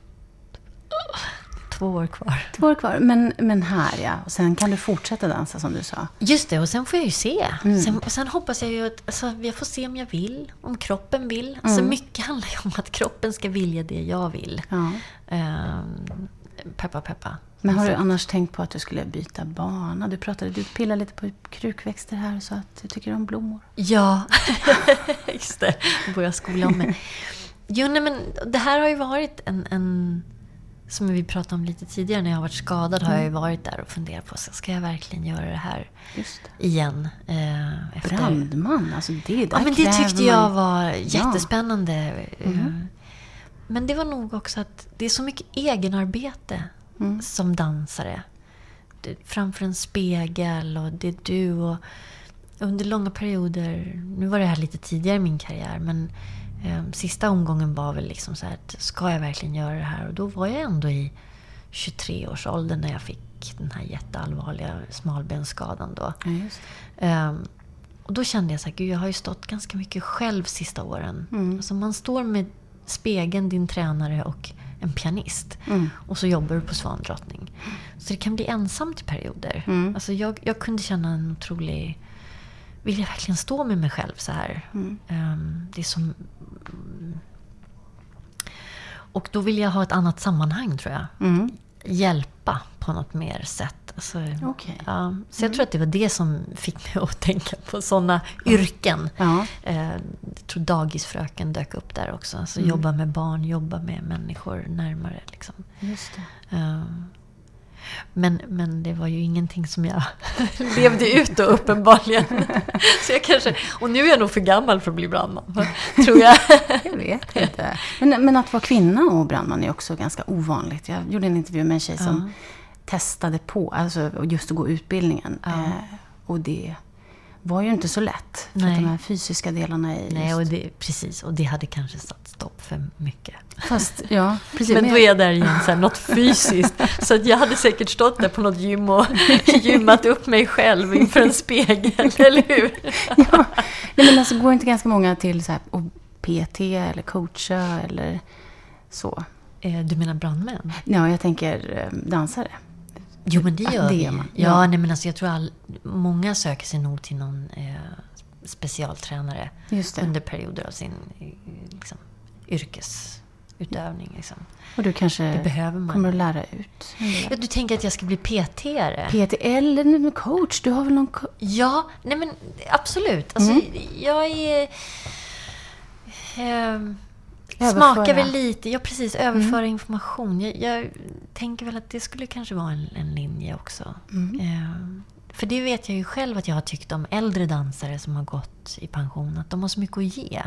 år kvar. 2 år kvar, men här och sen kan du fortsätta dansa som du sa. Just det, och sen får jag ju se. Sen hoppas jag ju att jag får se om jag vill, om kroppen vill. Alltså mycket handlar ju om att kroppen ska vilja det jag vill. Peppa. Men har du annars tänkt på att du skulle byta bana? Du pillar lite på krukväxter här och så att du tycker om blommor. Ja, just det. Börja skola om mig. Jo, nej, men det här har ju varit en som vi pratade om lite tidigare, när jag har varit skadad har jag ju varit där och funderat på, ska jag verkligen göra det här igen? Efter... Brandman, alltså det där men det tyckte jag var jättespännande. Men det var nog också att det är så mycket egenarbete som dansare. Framför en spegel, och det är du, och under långa perioder, nu var det här lite tidigare i min karriär, men sista omgången var väl liksom så här, att ska jag verkligen göra det här? Och då var jag ändå i 23-årsåldern när jag fick den här jätteallvarliga smalbensskadan då. Och då kände jag så här, gud, jag har ju stått ganska mycket själv sista åren. Alltså man står med spegeln, din tränare och en pianist. Och så jobbar du på Svandrottning. Så det kan bli ensamt i perioder. Alltså jag kunde känna en otrolig... Vill jag verkligen stå med mig själv så här? Det är som... Och då vill jag ha ett annat sammanhang, tror jag. Hjälpa på något mer sätt. Alltså, så jag tror att det var det som fick mig att tänka på sådana yrken. Jag tror dagisfröken dök upp där också. Alltså jobba med barn, jobba med människor närmare. Liksom. Just det. Men det var ju ingenting som jag levde ut då, uppenbarligen. Så jag kanske, och nu är jag nog för gammal för att bli brandman, tror jag. Jag vet inte. Men att vara kvinna och brandman är också ganska ovanligt. Jag gjorde en intervju med en tjej som testade på, alltså just att gå utbildningen. Och det var ju inte så lätt. För att de här fysiska delarna är Nej, och precis. Och det hade kanske satt stopp för mycket. Fast, ja, precis. Men då är jag där igen, så här, något fysiskt. Så att jag hade säkert stått där på något gym och gymmat upp mig själv inför en spegel, eller hur? Nej, men alltså går inte ganska många till så här, och PT eller coacha eller så? Du menar brandmän? Ja, jag tänker dansare. Jo, men det gör vi. Man. Ja, nej, men alltså, jag tror många söker sig nog till någon specialtränare under perioder av sin liksom, yrkesutövning. Liksom. Och du kanske kommer att lära ut? Ja, du tänker att jag ska bli PT-are? PT eller coach? Du har väl någon Ja, nej men absolut. Alltså, jag är... smakar väl lite, precis, överföra information. Jag tänker väl att det skulle kanske vara en linje också. För det vet jag ju själv att jag har tyckt om äldre dansare som har gått i pension, att de har så mycket att ge.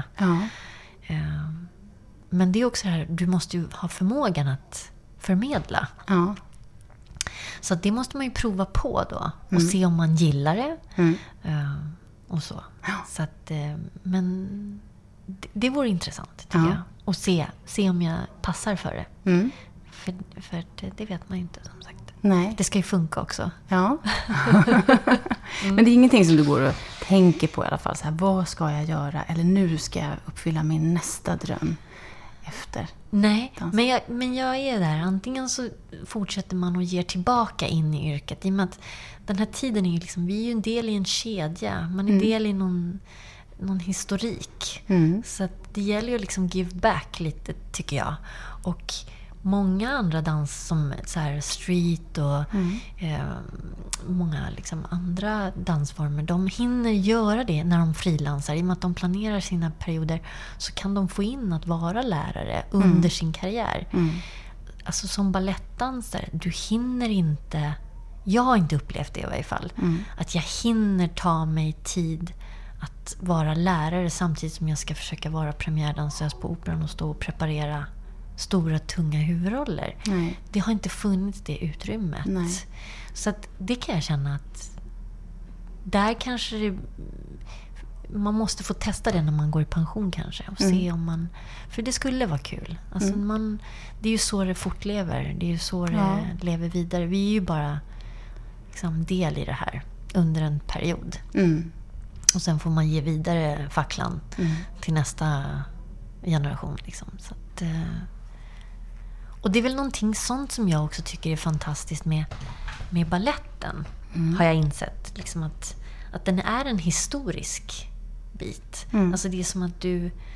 Men det är också det här, du måste ju ha förmågan att förmedla. Så att det måste man ju prova på då och se om man gillar det. Och så. Så att, men det vore intressant, tycker jag. Och se om jag passar för det. För det vet man inte, som sagt. Nej. Det ska ju funka också. Ja. Men det är ingenting som du går och tänker på i alla fall. Så här, vad ska jag göra? Eller nu ska jag uppfylla min nästa dröm efter. Nej, men jag är där. Antingen så fortsätter man och ger tillbaka in i yrket. I och med att den här tiden är ju liksom, vi är ju en del i en kedja. Man är del i någon historik. Så att det gäller ju liksom give back lite, tycker jag. Och många andra dans som så här street och många liksom andra dansformer, de hinner göra det när de frilansar. I och med att de planerar sina perioder så kan de få in att vara lärare under sin karriär. Alltså som ballettdansare, du hinner inte, jag har inte upplevt det i varje fall, att jag hinner ta mig tid att vara lärare samtidigt som jag ska försöka vara premiärdansös på Operan och stå och preparera stora, tunga huvudroller. Nej. Det har inte funnits det utrymmet. Nej. Så att det kan jag känna att där kanske man måste få testa det när man går i pension kanske och se om man, för det skulle vara kul. Alltså det är ju så det fortlever. Det är ju så det lever vidare. Vi är ju bara liksom del i det här under en period. Och sen får man ge vidare facklan till nästa generation. Liksom. Så att, och det är väl någonting sånt som jag också tycker är fantastiskt med balletten. Har jag insett. Liksom att den är en historisk bit. Alltså det är som att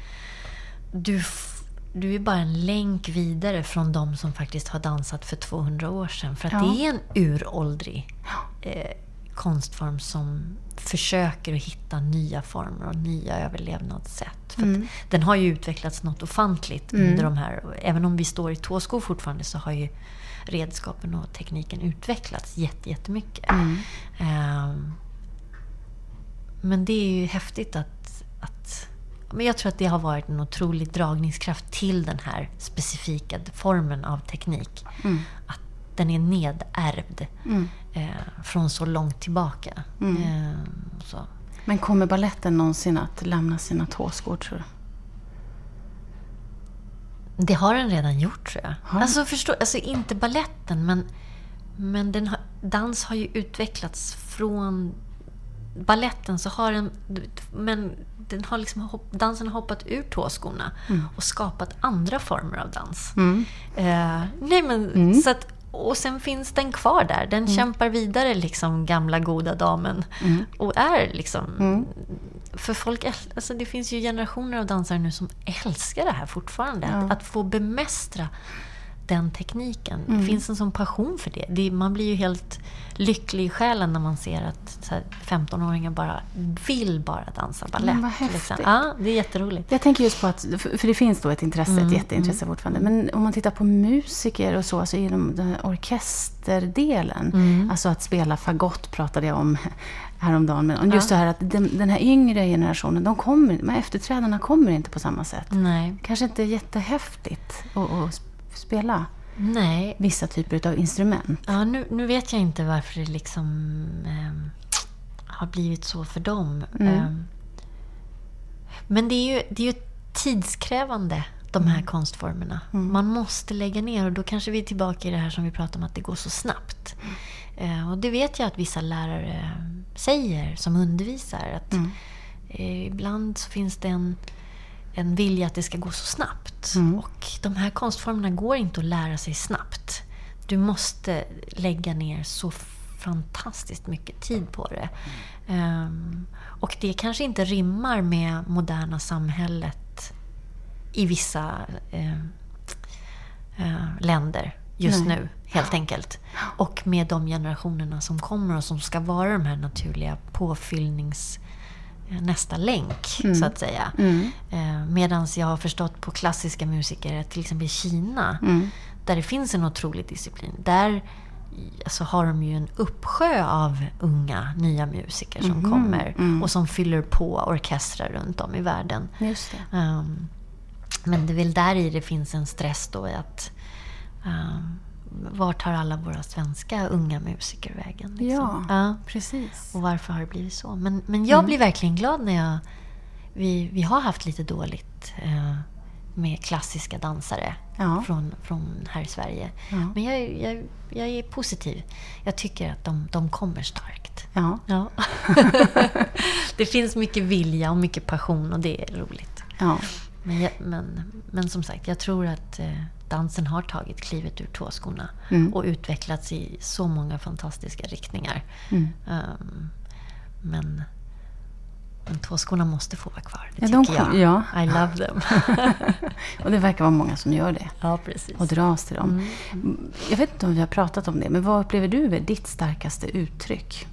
du är bara en länk vidare från de som faktiskt har dansat för 200 år sedan. För att det är en uråldrig konstform som försöker att hitta nya former och nya överlevnadssätt. För att den har ju utvecklats något ofantligt under de här. Även om vi står i tåskor fortfarande så har ju redskapen och tekniken utvecklats jättemycket. Men det är ju häftigt men jag tror att det har varit en otrolig dragningskraft till den här specifika formen av teknik. Att den är nedärvd från så långt tillbaka. Så. Men kommer balletten någonsin att lämna sina tåskor, tror du? Det har den redan gjort, tror jag. Alltså inte balletten, men dans har ju utvecklats från balletten, så har den, men den har liksom dansen har hoppat ur tåskorna och skapat andra former av dans. Så att, och sen finns den kvar där. Den kämpar vidare, liksom, gamla goda damen. Och är liksom för folk, alltså det finns ju generationer av dansare nu som älskar det här fortfarande. Att få bemästra den tekniken. Det finns en sån passion för det. Man blir ju helt lycklig i själen när man ser att så här, 15-åringar bara vill dansa balett. Men vad häftigt. Liksom. Ja, det är jätteroligt. Jag tänker just på att, för det finns då ett intresse, ett jätteintresse fortfarande. Men om man tittar på musiker och så, alltså inom den här orkesterdelen, alltså att spela fagott pratade jag om häromdagen, men just det här att den här yngre generationen, de efterträdarna kommer inte på samma sätt. Nej. Kanske inte jättehäftigt att spela vissa typer av instrument. Ja, nu vet jag inte varför det liksom har blivit så för dem. Men det är ju tidskrävande, de här konstformerna. Man måste lägga ner, och då kanske vi är tillbaka i det här som vi pratade om, att det går så snabbt. Och det vet jag att vissa lärare säger som undervisar, att ibland så finns det en vilja att det ska gå så snabbt. Och de här konstformerna går inte att lära sig snabbt. Du måste lägga ner så fantastiskt mycket tid på det. Och det kanske inte rimmar med moderna samhället i vissa länder just nu, helt enkelt. Och med de generationerna som kommer och som ska vara de här naturliga nästa länk, så att säga. Medan jag har förstått på klassiska musiker, till exempel i Kina, där det finns en otrolig disciplin, där alltså har de ju en uppsjö av unga nya musiker som kommer och som fyller på orkestrar runt om i världen. Just det. Men det är väl där i det finns en stress då i att var tar alla våra svenska unga musiker vägen? Liksom? Ja, precis. Och varför har det blivit så? Men jag blir verkligen glad när vi har haft lite dåligt med klassiska dansare från här i Sverige. Men jag är positiv. Jag tycker att de kommer starkt. Ja. Det finns mycket vilja och mycket passion, och det är roligt. Ja. Men som sagt, jag tror att dansen har tagit klivet ur tåskorna och utvecklats i så många fantastiska riktningar. Men tåskorna måste få vara kvar. Det tycker jag. Ja. I love them. Och det verkar vara många som gör det. Ja, precis. Och dras till dem. Jag vet inte om vi har pratat om det, men vad upplever du är ditt starkaste uttryck?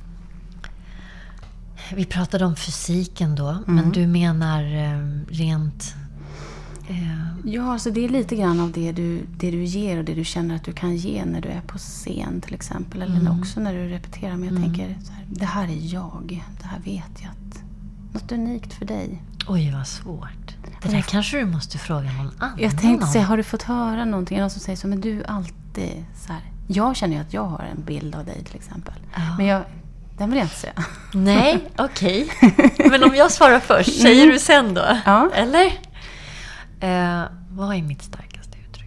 Vi pratade om fysiken då, men du menar rent... Ja, alltså det är lite grann av det du ger och det du känner att du kan ge när du är på scen till exempel. Eller också när du repeterar. Men jag tänker så här, det här är jag. Det här vet jag att något unikt för dig. Oj, vad svårt. Det där kanske du måste fråga någon annan. Jag tänkte säga, har du fått höra någonting? Någon som säger så, men du alltid så här. Jag känner ju att jag har en bild av dig till exempel. Men den vill jag inte säga. Nej, okej. Men om jag svarar först, säger du sen då? Ja. Eller? Vad är mitt starkaste uttryck?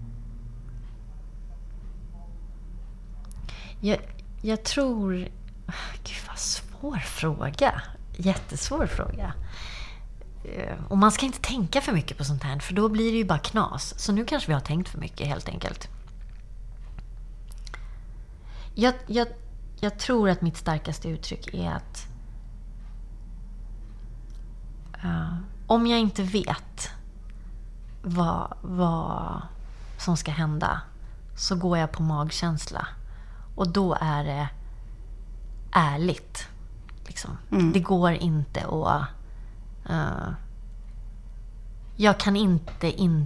Jag tror... Gud, vad svår fråga. Jättesvår fråga. Och man ska inte tänka för mycket på sånt här, för då blir det ju bara knas. Så nu kanske vi har tänkt för mycket, helt enkelt. Jag tror att mitt starkaste uttryck är att om jag inte vet vad som ska hända, så går jag på magkänsla. Och då är det ärligt. Liksom. Det går inte att... jag kan inte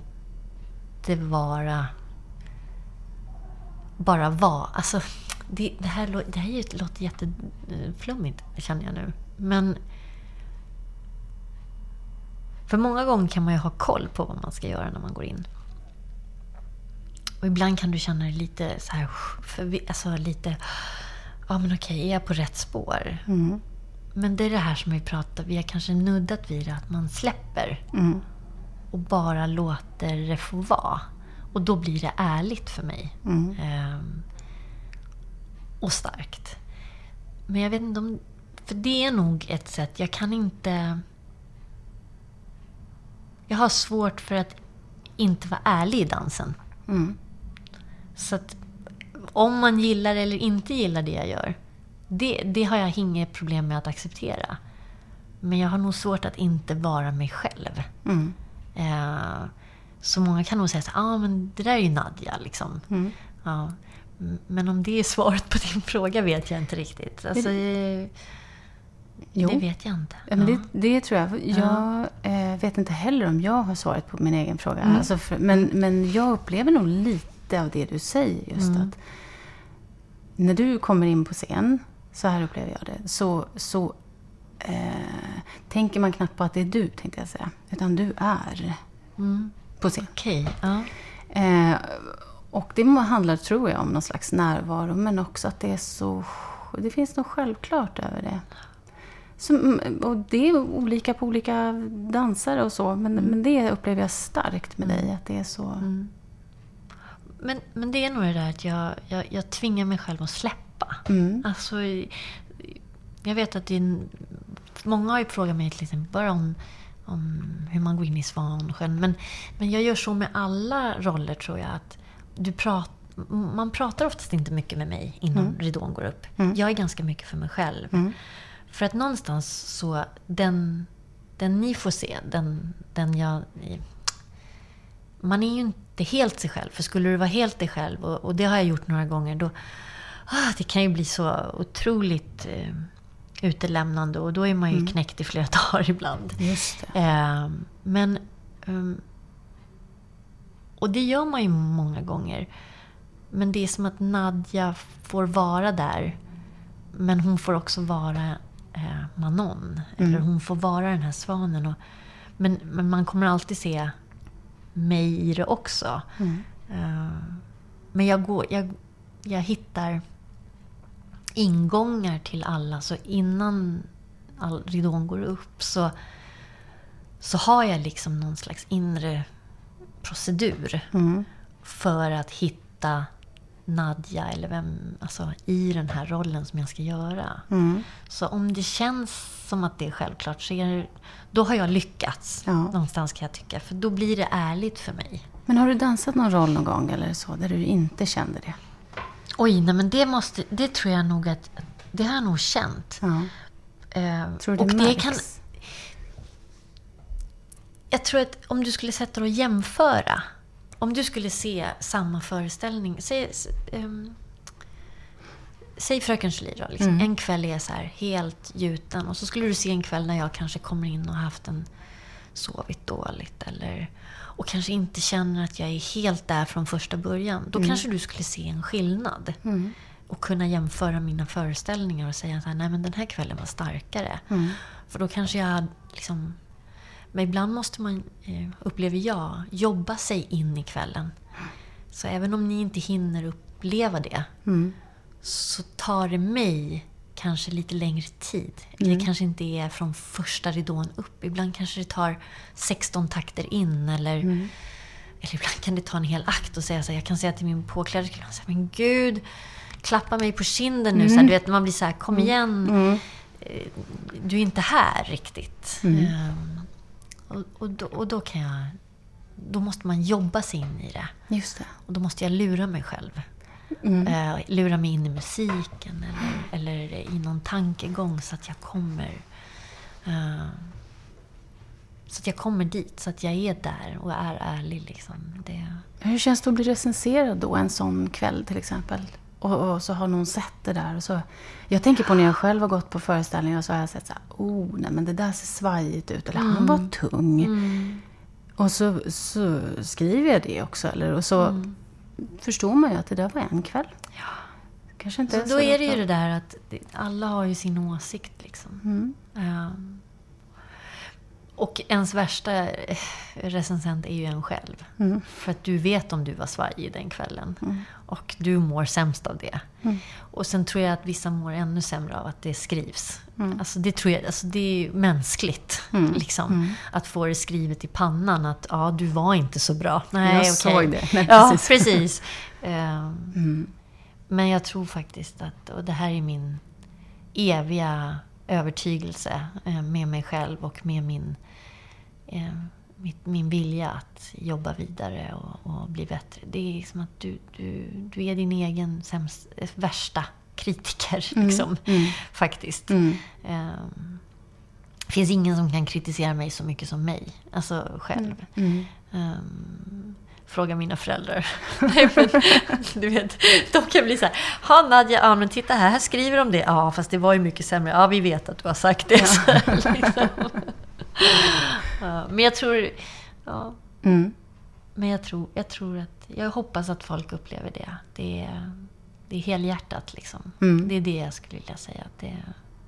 bara vara... Alltså, det här låter jätteflummigt, känner jag nu. Men... För många gånger kan man ju ha koll på vad man ska göra när man går in. Och ibland kan du känna dig lite så här... Ja, men okej, är jag på rätt spår? Men det är det här som vi har kanske nuddat vid det, att man släpper. Och bara låter det få vara. Och då blir det ärligt för mig. Och starkt. Men jag vet inte om... För det är nog ett sätt, jag kan inte... Jag har svårt för att inte vara ärlig i dansen. Så att om man gillar eller inte gillar det jag gör, det har jag inget problem med att acceptera. Men jag har nog svårt att inte vara mig själv. Så många kan nog säga så men det där är ju Nadja liksom. Ja. Men om det är svaret på din fråga vet jag inte riktigt. Alltså, det vet jag inte. Ja, men det tror jag. Jag vet inte heller om jag har svaret på min egen fråga. Alltså men jag upplever nog lite av det du säger. Just att när du kommer in på scen, så här upplever jag det, så tänker man knappt på att det är du, tänkte jag säga. Utan du är på scen. Okej, ja. Och det handlar, tror jag, om någon slags närvaro. Men också att det finns något självklart över det. Och det är olika på olika dansare och så. Men det upplever jag starkt med dig. Att det är så... Men det är nog det där att jag tvingar mig själv att släppa. Alltså, jag vet att många har ju frågat mig till exempel bara om hur man går in i Svansjön. Men jag gör så med alla roller, tror jag. Att man pratar oftast inte mycket med mig innan ridån går upp. Jag är ganska mycket för mig själv. För att någonstans så den ni får se, den jag... Man är ju inte helt sig själv. För skulle du vara helt dig själv, och det har jag gjort några gånger, då det kan ju bli så otroligt utelämnande. Och då är man ju knäckt i flera dagar ibland. Just det. Men... och det gör man ju många gånger. Men det är som att Nadja får vara där. Men hon får också vara Manon. Eller hon får vara den här svanen. Men man kommer alltid se mig i det också. Men jag hittar ingångar till alla. Så innan ridån går upp så har jag liksom någon slags inre procedur för att hitta Nadja eller vem, alltså, i den här rollen som jag ska göra. Så om det känns som att det är självklart, så då har jag lyckats någonstans, kan jag tycka. För då blir det ärligt för mig. Men har du dansat någon roll någon gång eller så där du inte kände det? Oj, nej, men det tror jag nog att det har jag nog känt. Tror du det jag tror att om du skulle sätta dig och jämföra, om du skulle se samma föreställning, säg Fröken Julie då, liksom. En kväll är så här helt gjuten, och så skulle du se en kväll när jag kanske kommer in och har haft sovit dåligt, och kanske inte känner att jag är helt där från första början. Då kanske du skulle se en skillnad och kunna jämföra mina föreställningar och säga så här, nej, men den här kvällen var starkare. För då kanske jag liksom... Men ibland måste man, upplever jag, jobba sig in i kvällen. Så även om ni inte hinner uppleva det, så tar det mig kanske lite längre tid. Det kanske inte är från första ridån upp. Ibland kanske det tar 16 takter in, eller ibland kan det ta en hel akt och säga så här, jag kan säga till min påkläderska, men Gud, klappa mig på kinden nu. Så här, du vet, man blir så här, kom igen. Du är inte här riktigt. Och då kan jag... Då måste man jobba sig in i det. Just det. Och då måste jag lura mig själv. Lura mig in i musiken. Eller i någon tankegång, så att jag kommer... så att jag kommer dit. Så att jag är där och är ärlig. Liksom. Hur känns det att bli recenserad då? En sån kväll till exempel? Och så har någon sett det där. Och så, jag tänker på när jag själv har gått på föreställningar och så har jag sett så här, nej men det där ser svajigt ut. Eller han var tung. Och så skriver jag det också. Och så förstår man ju att det där var en kväll. Ja. Kanske inte så då är det ju det där att alla har ju sin åsikt liksom. Och ens värsta recensent är ju en själv. För att du vet om du var svajig den kvällen. Och du mår sämst av det. Och sen tror jag att vissa mår ännu sämre av att det skrivs. Alltså det tror jag, alltså det är ju mänskligt. Liksom, att få det skrivet i pannan att du var inte så bra. Nej, jag såg det. Nej, ja, precis. Men jag tror faktiskt att, och det här är min eviga övertygelse med mig själv och med min vilja att jobba vidare och bli bättre. Det är som att du är din egen värsta kritiker liksom, faktiskt. Det finns ingen som kan kritisera mig så mycket som mig, alltså själv. Fråga mina föräldrar. Du vet, de kan bli så här, Nadja, men titta här skriver de det. Ja, fast det var ju mycket sämre. Ja, vi vet att du har sagt det. Så, liksom. Men jag tror men jag hoppas att folk upplever det. Det är helhjärtat liksom. Det är det jag skulle vilja säga att det.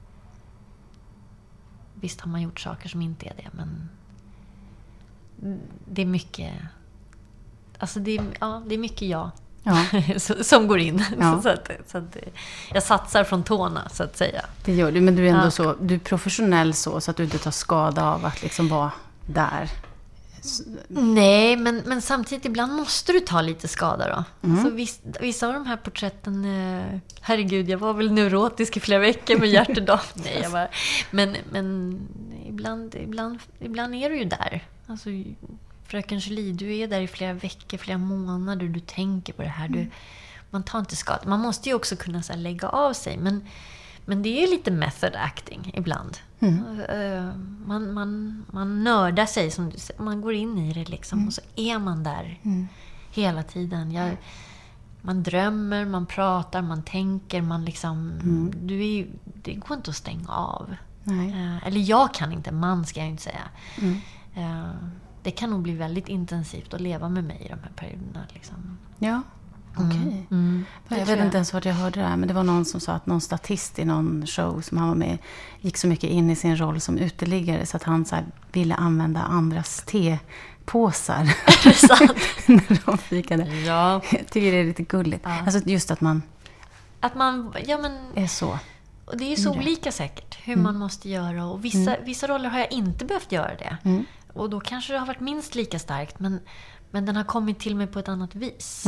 Visst har man gjort saker som inte är det, men det är mycket. Alltså det är mycket som går in. Ja. Så att jag satsar från tårna, så att säga. Det gör du, men du är ändå du är professionell så att du inte tar skada av att liksom vara där. Nej, men samtidigt ibland måste du ta lite skada då. Alltså, vissa av de här porträtten, herregud, jag var väl neurotisk i flera veckor med hjärtedag. Nej, jag var, men ibland är du ju där. Alltså, Fröken Julie, du är där i flera veckor, flera månader, du tänker på det här. Man tar inte skada. Man måste ju också kunna så här, lägga av sig, men det är lite method acting ibland. Man nördar sig, som du säger. Man går in i det liksom, och så är man där hela tiden. Man drömmer, man pratar, man tänker, man liksom det går inte att stänga av. Nej. Eller jag kan inte, man ska jag inte säga. Det kan nog bli väldigt intensivt att leva med mig i de här perioderna liksom. Ja. Okej. Jag vet inte ens vad jag hörde där, men det var någon som sa att någon statist i någon show som han var med gick så mycket in i sin roll som uteliggare så att han så här, ville använda andras tepåsar. Är det sant? När de fikade. Ja. Jag tycker det är lite gulligt. Ja. Alltså just att man är så. Och det är så olika säkert hur man måste göra, och vissa roller har jag inte behövt göra det. Och då kanske det har varit minst lika starkt, men den har kommit till mig på ett annat vis.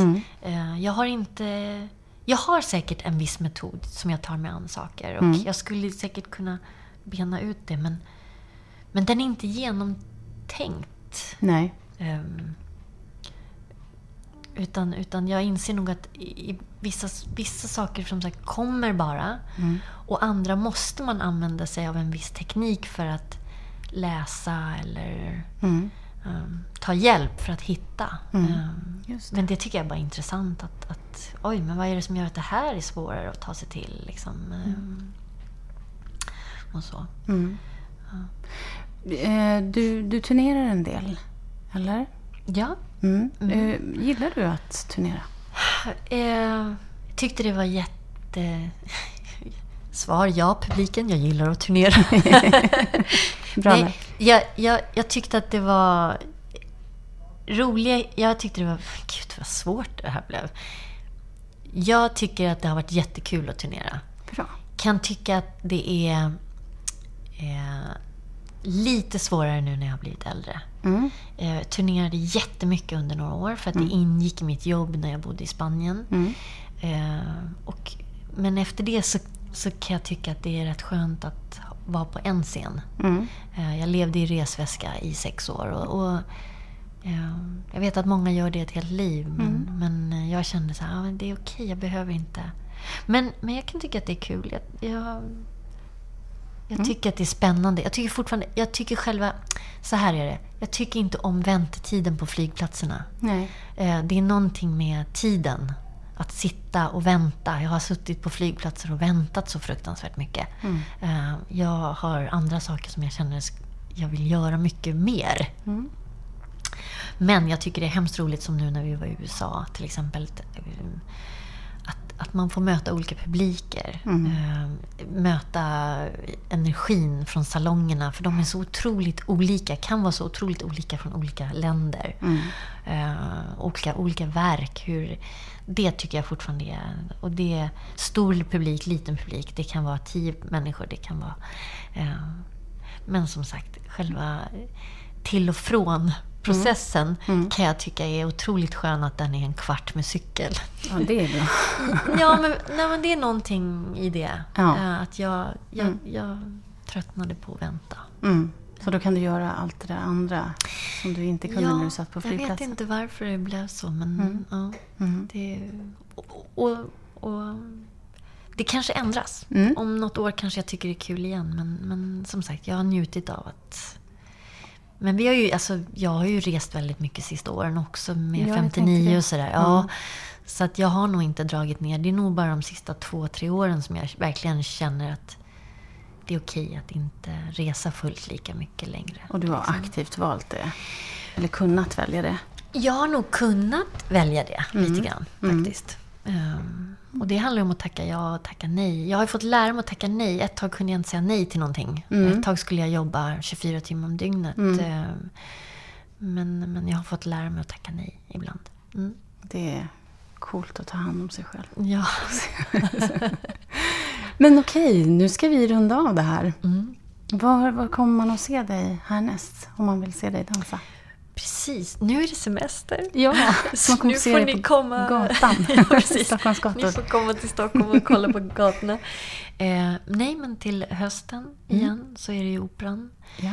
Jag har säkert en viss metod som jag tar med an saker. Och jag skulle säkert kunna bena ut det. Men den är inte genomtänkt. Nej. Utan jag inser nog att i vissa saker som sagt kommer bara. Och andra måste man använda sig av en viss teknik för att läsa eller ta hjälp för att hitta. Men det tycker jag är bara intressant att oj, men vad är det som gör att det här är svårare att ta sig till liksom, och så. Du turnerar en del, eller? Ja. Gillar du att turnera? Jag tyckte det var Svar ja, publiken. Jag gillar att turnera. Bra. Nej, jag tyckte att det var roligt. Jag tyckte det var... Gud, vad svårt det här blev. Jag tycker att det har varit jättekul att turnera. Bra. Kan tycka att det är lite svårare nu när jag har blivit äldre. Jag turnerade jättemycket under några år för att det ingick i mitt jobb när jag bodde i Spanien. Men efter det så kan jag tycka att det är rätt skönt att vara på en scen. Jag levde i resväska i 6 år och jag vet att många gör det ett helt liv, men jag kände så här, det är okej, jag behöver inte. Men jag kan tycka att det är kul. Jag tycker att det är spännande. Jag tycker själva, så här är det. Jag tycker inte om väntetiden på flygplatserna. Nej. Det är någonting med tiden att sitta och vänta. Jag har suttit på flygplatser och väntat så fruktansvärt mycket. Jag har andra saker som jag känner jag vill göra mycket mer. Men jag tycker det är hemskt roligt som nu när vi var i USA till exempel, att man får möta olika publiker. Möta energin från salongerna, för de är så otroligt olika, kan vara så otroligt olika från olika länder. Olika verk, det tycker jag fortfarande är. Och det är stor publik, liten publik, det kan vara 10 människor, det kan vara men som sagt, själva till och från processen kan jag tycka är otroligt skön, att den är en kvart med cykel. Ja, det är bra. Ja, men det är någonting i det. Att jag tröttnade på att vänta. Så då kan du göra allt det där andra som du inte kunde när du satt på flygplatsen. Jag vet inte varför det blev så, men det... Och det kanske ändras. Om något år kanske jag tycker det är kul igen. Men som sagt, jag har njutit av att... Men vi har ju, jag har ju rest väldigt mycket sista åren också med 59 och sådär. Ja, så att jag har nog inte dragit ner. Det är nog bara de sista 2-3 åren som jag verkligen känner att det är okej att inte resa fullt lika mycket längre. Och du har aktivt valt det? Eller kunnat välja det? Jag har nog kunnat välja det lite grann faktiskt. Och det handlar om att tacka ja och tacka nej. Jag har fått lära mig att tacka nej. Ett tag kunde jag inte säga nej till någonting. Ett tag skulle jag jobba 24 timmar om dygnet. Men jag har fått lära mig att tacka nej ibland. Det är coolt att ta hand om sig själv. Ja. Men okej, nu ska vi runda av det här. Var kommer man att se dig härnäst om man vill se dig dansa? Precis, nu är det semester. Ja, så man kommer nu se får dig ni på komma... gatan. Ja, precis. Stockholms gator. Ni får komma till Stockholm och kolla på gatorna. Nej, men till hösten igen så är det ju Operan. Ja.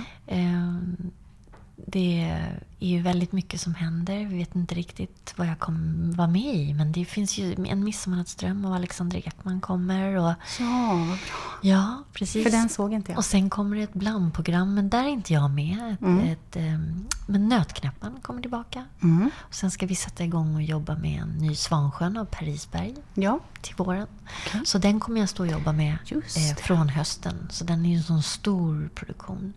Det är ju väldigt mycket som händer. Vi vet inte riktigt vad jag kommer vara med i. Men det finns ju en Midsommarnattsdröm av Alexander Ekman kommer. Och, Ja, vad bra. ja, precis. För den såg inte jag. Och sen kommer det ett blandprogram, men där är inte jag med. Men Nötknäpparen kommer tillbaka. Och sen ska vi sätta igång och jobba med en ny Svansjön av Per Risberg till våren. Okay. Så den kommer jag stå och jobba med från hösten. Så den är ju en sån stor produktion.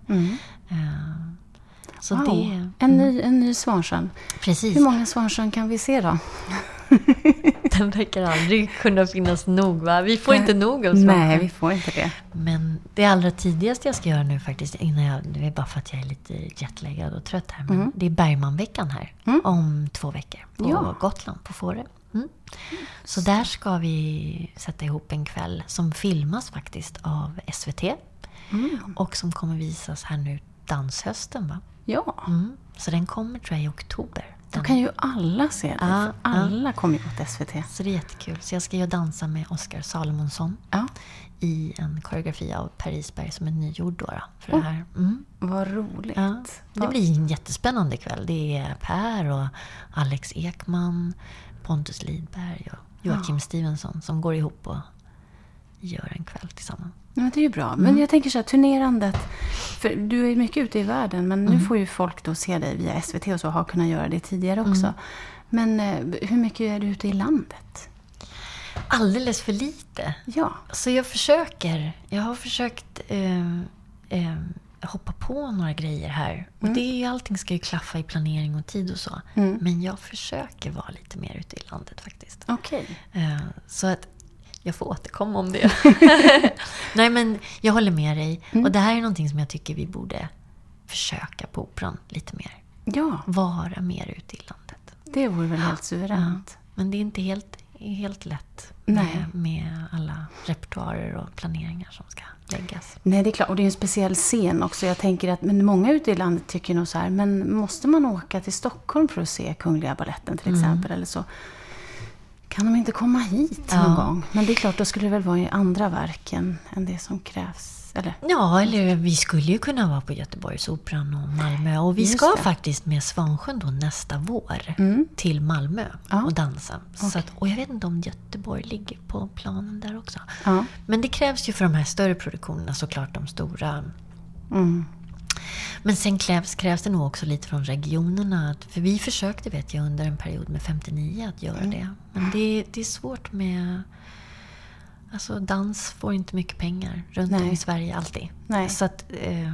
Så det, en ny Svansjön. Precis. Hur många Svansjön kan vi se då? Den verkar aldrig kunna finnas nog, va? Vi får inte nog av Svansjön. Nej, vi får inte det. Men det allra tidigaste jag ska göra nu faktiskt, det är bara för att jag är lite jetlaggad och trött här, men det är Bergmanveckan här om 2 veckor på Gotland, på Fårö. Så där ska vi sätta ihop en kväll som filmas faktiskt av SVT och som kommer visas här nu danshösten, va? Ja. Så den kommer, tror jag, i oktober. Då kan ju alla se det. Alla kommer ju åt SVT. Så det är jättekul. Så jag ska ju dansa med Oskar Salomonsson i en koreografi av Per Risberg som är nygjord då för det här. Vad roligt. Ja, det blir en jättespännande kväll. Det är Per och Alex Ekman, Pontus Lidberg och Joakim Stevensson som går ihop och gör en kväll tillsammans. Ja, det är ju bra. Men jag tänker så här, turnerandet, för du är mycket ute i världen, men nu får ju folk då se dig via SVT och så har kunnat göra det tidigare också. Men hur mycket är du ute i landet? Alldeles för lite. Ja. Så jag har försökt hoppa på några grejer här. Och det är ju, allting ska ju klaffa i planering och tid och så. Men jag försöker vara lite mer ute i landet faktiskt. Okej. Så att jag får återkomma om det. Nej, men jag håller med dig. Och det här är någonting som jag tycker vi borde försöka på Operan lite mer. Ja. Vara mer ute i landet. Det vore väl helt suveränt. Men det är inte helt lätt med alla repertoarer och planeringar som ska läggas. Nej, det är klart. Och det är en speciell scen också. Jag tänker att många ute i landet tycker nog så här, men måste man åka till Stockholm för att se Kungliga Balletten till exempel eller så? Kan de inte komma hit någon gång? Men det är klart, då skulle det väl vara i andra verken än det som krävs. Eller? Ja, eller vi skulle ju kunna vara på Göteborgsoperan och Malmö. Och vi ska faktiskt med Svansjön då nästa vår till Malmö och dansa. Okay. Så att, och jag vet inte om Göteborg ligger på planen där också. Men det krävs ju för de här större produktionerna såklart de stora. Men sen krävs det nog också lite från regionerna. För vi försökte, vet jag, under en period med 59 att göra det. Men det är svårt med... Alltså dans får inte mycket pengar runt om i Sverige alltid. Nej. Så att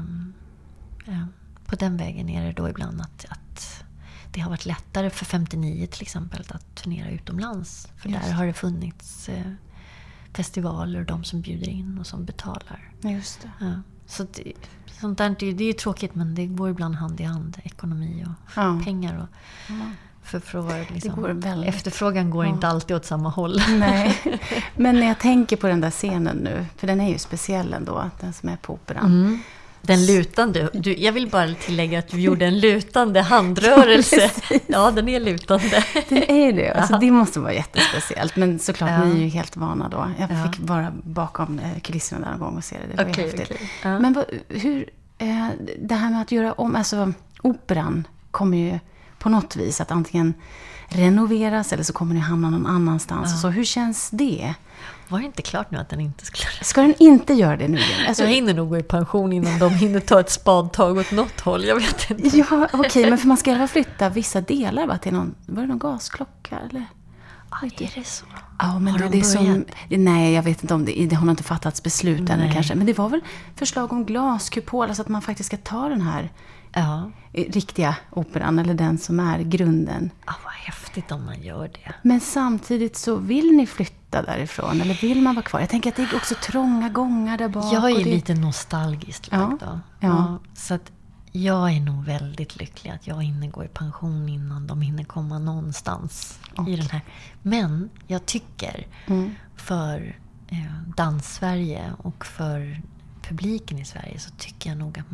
på den vägen är det då ibland att det har varit lättare för 59 till exempel att turnera utomlands. För där har det funnits festivaler och de som bjuder in och som betalar. Just det. Ja. Så sånt där, det är tråkigt, men det går ibland hand i hand. Ekonomi och pengar och... För att vara liksom, efterfrågan går inte alltid åt samma håll. Nej. Men när jag tänker på den där scenen nu, för den är ju speciell ändå, den som är på Operan. Den lutande. Jag vill bara tillägga att du gjorde en lutande handrörelse. Ja, den är lutande. Den är det. Alltså, det måste vara jättespeciellt. Men såklart, ni är ju helt vana då. Jag fick vara bakom kulisserna där en gång och se det. Det var häftigt. Okay. Ja. Men hur, det här med att göra om, alltså Operan kommer ju på något vis att antingen renoveras eller så kommer den hamna någon annanstans. Så hur känns det? Var det inte klart nu att den inte skulle... Ska den inte göra det nu igen? Alltså, jag hinner nog gå i pension innan de hinner ta ett spadtag åt något håll. Jag vet inte. Ja, okej, men för man ska i alla fall flytta vissa delar, va, till någon... Var det någon gasklocka, eller? Är det så? Ja, men det är som... Nej, jag vet inte om det har inte fattats beslut ännu kanske. Men det var väl förslag om glaskupoler så att man faktiskt ska ta den här riktiga operan, eller den som är grunden. Ja, vad häftigt om man gör det. Men samtidigt så vill ni flytta därifrån, eller vill man vara kvar? Jag tänker att det är också trånga gångar där bak. Jag är lite nostalgisk då. Ja. Så att jag är nog väldigt lycklig att jag hinner gå i pension innan de hinner komma någonstans i den här. Men jag tycker för Dans-Sverige och för publiken i Sverige så tycker jag nog att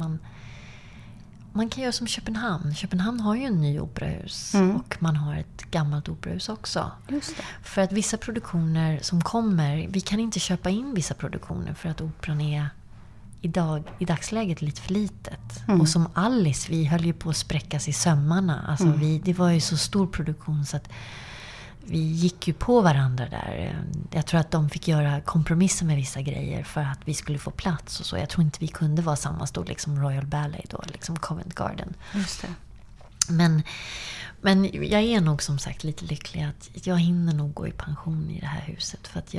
man kan göra som Köpenhamn. Köpenhamn har ju en ny operahus och man har ett gammalt operahus också. Just det. För att vissa produktioner som kommer, vi kan inte köpa in vissa produktioner för att operan är i dagsläget lite för litet. Och som Alice, vi höll ju på att spräckas i sömmarna. Alltså det var ju så stor produktion så att vi gick ju på varandra där. Jag tror att de fick göra kompromisser med vissa grejer för att vi skulle få plats och så. Jag tror inte vi kunde vara samma storlek som Royal Ballet då, liksom Covent Garden. Just det. Men jag är nog som sagt lite lycklig att jag hinner nog gå i pension i det här huset. För att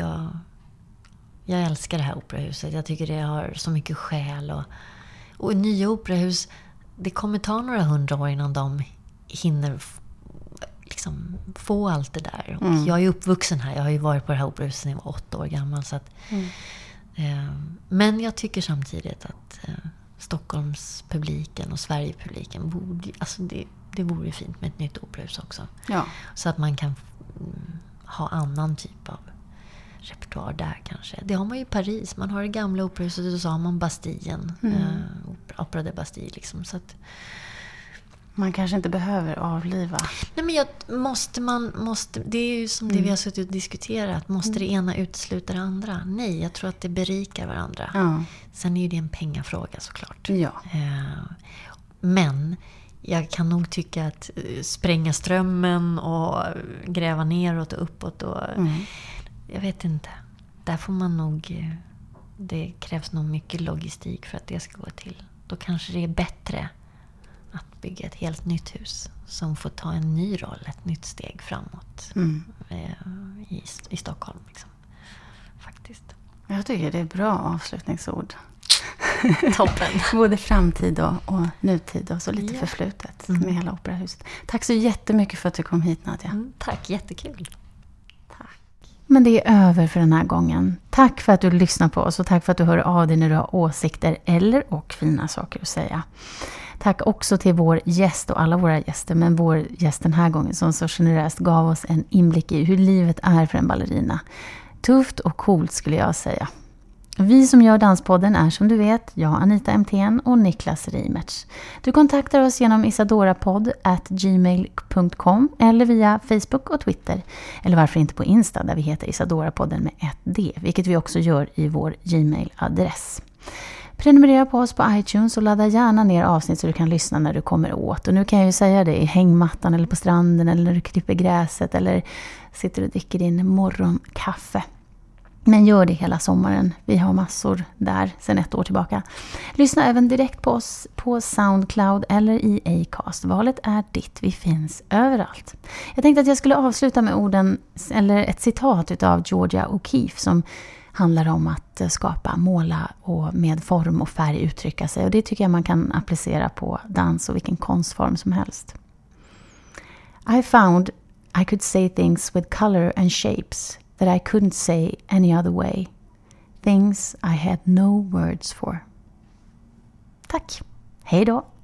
jag älskar det här operahuset. Jag tycker det har så mycket själ. Och nya operahus, det kommer ta några 100 år innan de hinner liksom få allt det där. Och jag är uppvuxen här. Jag har ju varit på det här operahuset när jag var 8 år gammal. Så att, men jag tycker samtidigt att Stockholms publiken och Sverige-publiken borde... Alltså det vore fint med ett nytt operahus också. Ja. Så att man kan ha annan typ av repertoar där kanske. Det har man ju i Paris. Man har det gamla operahuset och så har man Bastillen. Opera de Bastille liksom. Så att man kanske inte behöver avliva. Nej, men måste det är ju som det vi har suttit och diskuterat. Måste det ena utesluta det andra? Nej, jag tror att det berikar varandra. Ja. Sen är ju det en pengafråga såklart. Ja. Men jag kan nog tycka att spränga strömmen och gräva neråt och uppåt och jag vet inte. Där får man nog, det krävs nog mycket logistik för att det ska gå till. Då kanske det är bättre att bygga ett helt nytt hus som får ta en ny roll, ett nytt steg framåt i Stockholm liksom. Faktiskt. Jag tycker det är bra avslutningsord. Toppen. Både framtid och nutid och så lite förflutet med hela operahuset. Tack så jättemycket för att du kom hit, Nadja. Tack, jättekul. Tack. Men det är över för den här gången. Tack för att du lyssnar på oss och tack för att du hör av dig när du har åsikter och fina saker att säga. Tack också till vår gäst och alla våra gäster, men vår gäst den här gången som så generöst gav oss en inblick i hur livet är för en ballerina. Tufft och coolt skulle jag säga. Vi som gör Danspodden är som du vet, jag Anita MTN och Niklas Reimertz. Du kontaktar oss genom isadorapodd@gmail.com eller via Facebook och Twitter. Eller varför inte på Insta där vi heter Isadorapodden med 1D, vilket vi också gör i vår Gmail-adress. Prenumerera på oss på iTunes och ladda gärna ner avsnitt så du kan lyssna när du kommer åt. Och nu kan jag ju säga det i hängmattan eller på stranden eller när du klipper gräset eller sitter och dricker din morgonkaffe. Men gör det hela sommaren. Vi har massor där sedan 1 år tillbaka. Lyssna även direkt på oss på Soundcloud eller i Acast. Valet är ditt. Vi finns överallt. Jag tänkte att jag skulle avsluta med orden, eller ett citat av Georgia O'Keeffe som handlar om att skapa, måla och med form och färg uttrycka sig. Och det tycker jag man kan applicera på dans och vilken konstform som helst. I found I could say things with color and shapes that I couldn't say any other way. Things I had no words for. Tack. Hej då.